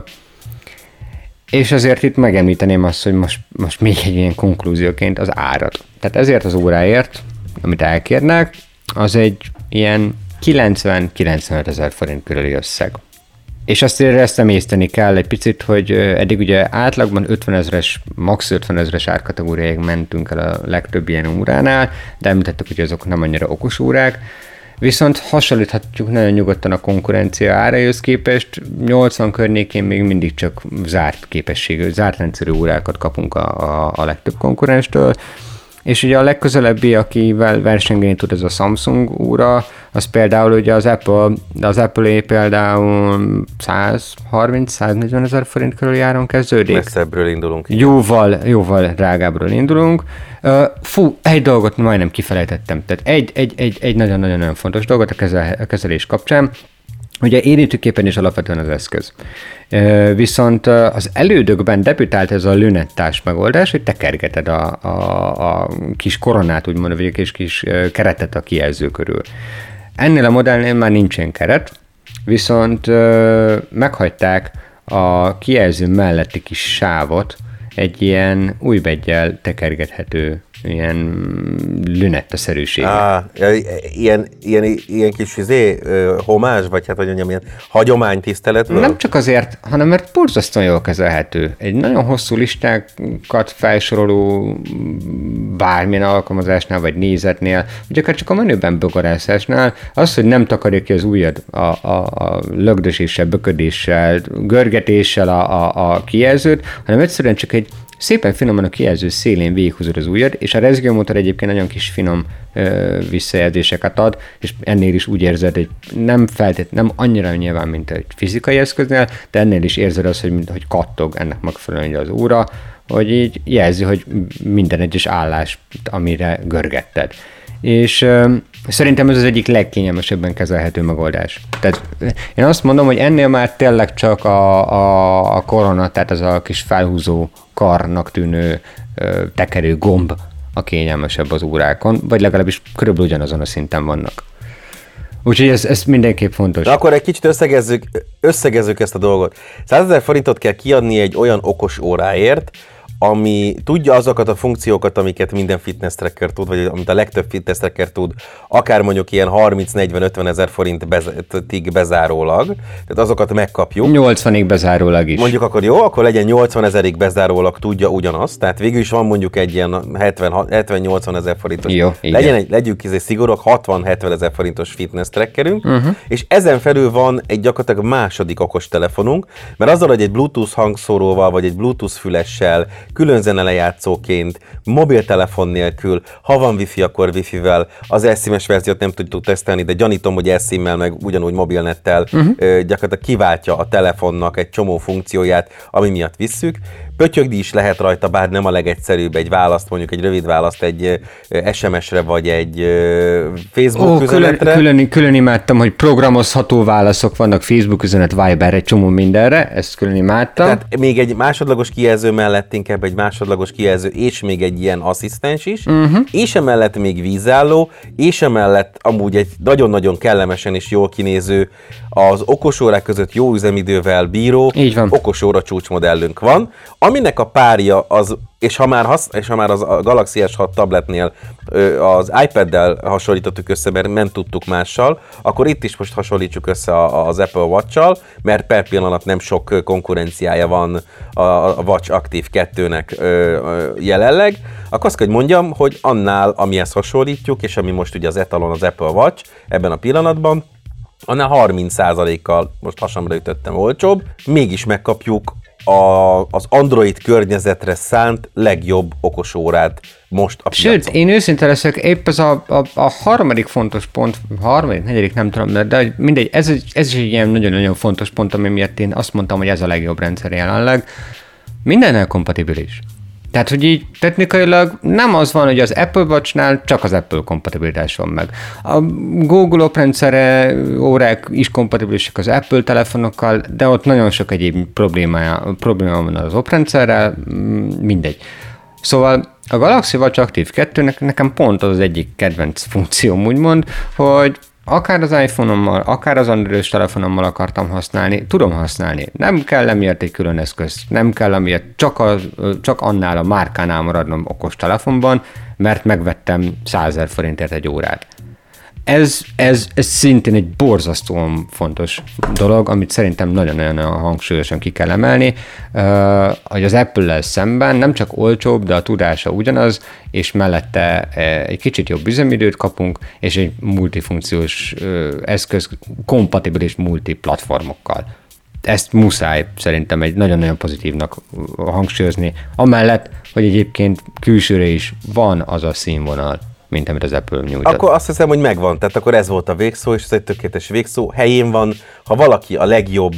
És azért itt megemlíteném azt, hogy most, most még egy ilyen konklúzióként az árat. Tehát ezért az óráért, amit elkérnek, az egy ilyen kilencven-kilencvenöt ezer forint körüli összeg. És azt ezt emészteni kell egy picit, hogy eddig ugye átlagban ötven ezres, max. ötven ezres árkategóriáig mentünk el a legtöbb ilyen óránál, de említettük, hogy azok nem annyira okos órák, viszont hasonlíthatjuk nagyon nyugodtan a konkurencia árához képest, nyolcvan környékén még mindig csak zárt képességű, zárt rendszerű órákat kapunk a, a, a legtöbb konkurenstől, és ugye a legközelebbi, akivel versengeni tud ez a Samsung óra, az például ugye az Apple, de az Apple-é például száz harminc száz negyven ezer forint körül áron kezdődik. Messzebbről indulunk. Jóval, jóval drágábbról indulunk. Uh, fú, egy dolgot majdnem kifelejtettem. Tehát egy, egy, egy, egy nagyon-nagyon fontos dolgot a, kezel, a kezelés kapcsán. Ugye érintőképpen is alapvetően az eszköz. Uh, viszont uh, az elődökben debütált ez a lünettás megoldás, hogy tekergeted a, a, a kis koronát, úgymond, vagy a kis, kis keretet a kijelző körül. Ennél a modellnél már nincsen keret, viszont uh, meghagyták a kijelző melletti kis sávot egy ilyen újbeggyel tekergethető ilyen lünettaszerűség. Ah, ilyen, ilyen, ilyen kis izé, homázs, vagy hát hogy mondjam, ilyen hagyománytiszteletből? Nem csak azért, hanem mert borzasztóan jól kezelhető. Egy nagyon hosszú listákat felsoroló bármilyen alkalmazásnál, vagy nézetnél, vagy akár csak a menüben bogarászásnál, az, hogy nem takarja ki az ujjad a, a, a lögdöséssel, böködéssel, görgetéssel a, a, a kijelzőt, hanem egyszerűen csak egy szépen finoman a kijelző szélén végighúzod az ujjad, és a rezgőmotor egyébként nagyon kis finom ö, visszajelzéseket ad, és ennél is úgy érzed, hogy nem feltétlenül, nem annyira nyilván, mint egy fizikai eszköznél, de ennél is érzed azt, hogy, hogy kattog ennek megfelelően az óra, hogy így jelzi, hogy minden egyes állás, amire görgetted. És ö, szerintem ez az egyik legkényelmesebben kezelhető megoldás. Tehát én azt mondom, hogy ennél már tényleg csak a, a, a korona, tehát az a kis felhúzó karnak tűnő ö, tekerő gomb a kényelmesebb az órákon, vagy legalábbis körülbelül ugyanazon a szinten vannak. Úgyhogy ez, ez mindenképp fontos. De akkor egy kicsit összegezzük, összegezzük ezt a dolgot. százezer forintot kell kiadni egy olyan okos óráért, ami tudja azokat a funkciókat, amiket minden fitness tracker tud, vagy amit a legtöbb fitness tracker tud, akár mondjuk ilyen harminc negyven ötven ezer forintig bezárólag, tehát azokat megkapjuk. nyolcvanig bezárólag is. Mondjuk akkor jó, akkor legyen nyolcvan ezerig bezárólag tudja ugyanazt, tehát végül is van mondjuk egy ilyen hetven-nyolcvan ezer forintos. Jó, legyen egy, legyünk kizé szigorúak, hatvan-hetven ezer forintos fitness trackerünk, uh-huh. és ezen felül van egy gyakorlatilag második okos telefonunk, mert azzal, hogy egy Bluetooth hangszóróval, vagy egy Bluetooth fülessel, külön zenelejátszóként, mobiltelefon nélkül, ha van wifi, akkor wifi-vel, az es em es verziót nem tudtuk tesztelni, de gyanítom, hogy eSIM-mel, meg ugyanúgy mobilnettel uh-huh. gyakorlatilag kiváltja a telefonnak egy csomó funkcióját, ami miatt visszük. Pötyögni is lehet rajta, bár nem a legegyszerűbb egy választ, mondjuk egy rövid választ egy es em es-re, vagy egy Facebook Ó, üzenetre. Külön, külön, külön imádtam, hogy programozható válaszok vannak, Facebook üzenet, Viber, egy csomó mindenre, ezt külön imádtam. Tehát még egy másodlagos kijelző mellett inkább egy másodlagos kijelző, és még egy ilyen asszisztens is, uh-huh. és emellett még vízálló, és emellett amúgy egy nagyon-nagyon kellemesen és jól kinéző, az okosórák között jó üzemidővel bíró okosóra csúcsmodellünk van, aminek a párja az, és ha már, hasz, és ha már az a Galaxy es hat tabletnél az iPad-del hasonlítottuk össze, mert nem tudtuk mással, akkor itt is most hasonlítsuk össze az Apple Watch-sal, mert per pillanat nem sok konkurenciája van a Watch Active kettőnek jelenleg. Akkor azt kell, hogy mondjam, hogy annál, amihez hasonlítjuk, és ami most ugye az etalon az Apple Watch ebben a pillanatban, annál harminc százalékkal, most hasamra ütöttem, olcsóbb, mégis megkapjuk a, az Android környezetre szánt legjobb okosórát most a piacon. Sőt, én őszinte leszek, épp ez a, a, a harmadik fontos pont, harmadik, negyedik, nem tudom, de mindegy, ez, ez is egy ilyen nagyon-nagyon fontos pont, ami miatt én azt mondtam, hogy ez a legjobb rendszer jelenleg. Mindennel kompatibilis. Tehát, hogy így technikailag nem az van, hogy az Apple Watch-nál csak az Apple kompatibilitás van meg. A Google oprendszere, órák is kompatibilisek az Apple telefonokkal, de ott nagyon sok egyéb problémája, probléma van az oprendszerrel, mindegy. Szóval a Galaxy Watch Active kettőnek nekem pont az egyik kedvenc funkcióm, úgymond, hogy akár az iPhone-ommal, akár az Android telefonommal akartam használni, tudom használni. Nem kell emiatt egy külön eszköz, nem kell emiatt csak, az, csak annál a márkánál maradnom okos telefonban, mert megvettem százezer forintért egy órát. Ez, ez, ez szintén egy borzasztóan fontos dolog, amit szerintem nagyon-nagyon hangsúlyosan ki kell emelni, hogy az Apple-lel szemben nem csak olcsóbb, de a tudása ugyanaz, és mellette egy kicsit jobb üzemidőt kapunk, és egy multifunkciós eszköz kompatibilis multiplatformokkal. Ezt muszáj szerintem egy nagyon-nagyon pozitívnak hangsúlyozni, amellett, hogy egyébként külsőre is van az a színvonal, mint amit az Apple nyújtott. Akkor azt hiszem, hogy megvan. Tehát akkor ez volt a végszó, és ez egy tökéletes végszó. Helyén van, ha valaki a legjobb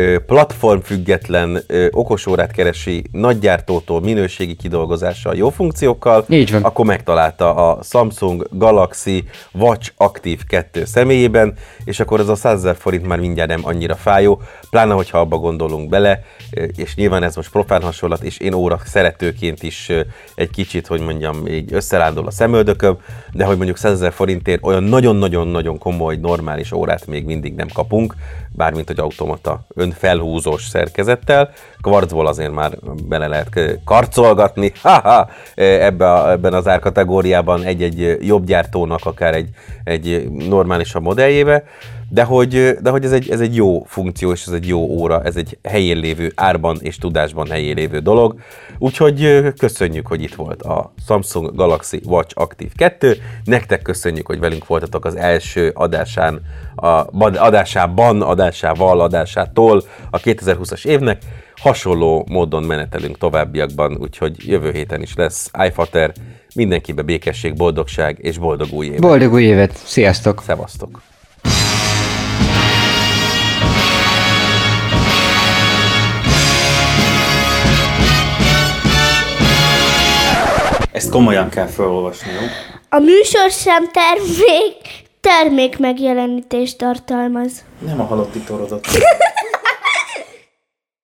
platformfüggetlen okosórát keresi nagygyártótól, minőségi kidolgozással, jó funkciókkal, akkor megtalálta a Samsung Galaxy Watch Active kettő személyében, és akkor ez a százezer forint már mindjárt nem annyira fájó, pláne, hogyha abba gondolunk bele, és nyilván ez most profán hasonlat, és én óra szeretőként is egy kicsit, hogy mondjam, így összerándul a szemöldököm, de hogy mondjuk százezer forintért olyan nagyon-nagyon-nagyon komoly, normális órát még mindig nem kapunk, bármint, hogy automata önfelhúzós szerkezettel. Kvarcból azért már bele lehet karcolgatni, haha, ebbe a, ebben az árkategóriában egy-egy jobb gyártónak, akár egy, egy normálisabb modelljébe, de hogy, de hogy ez, egy, ez egy jó funkció, és ez egy jó óra, ez egy helyén lévő árban és tudásban helyén lévő dolog. Úgyhogy köszönjük, hogy itt volt a Samsung Galaxy Watch Active kettő. Nektek köszönjük, hogy velünk voltatok az első adásán, a, adásában, adásával, adásától a kétezer-húszas évnek. Hasonló módon menetelünk továbbiakban, úgyhogy jövő héten is lesz iFater. Mindenkibe békesség, boldogság és boldog új évet! Boldog új évet! Sziasztok! Szevasztok! Ezt komolyan kell felolvasni, jó? A műsorszám termék, termék megjelenítést tartalmaz. Nem a halotti torodat.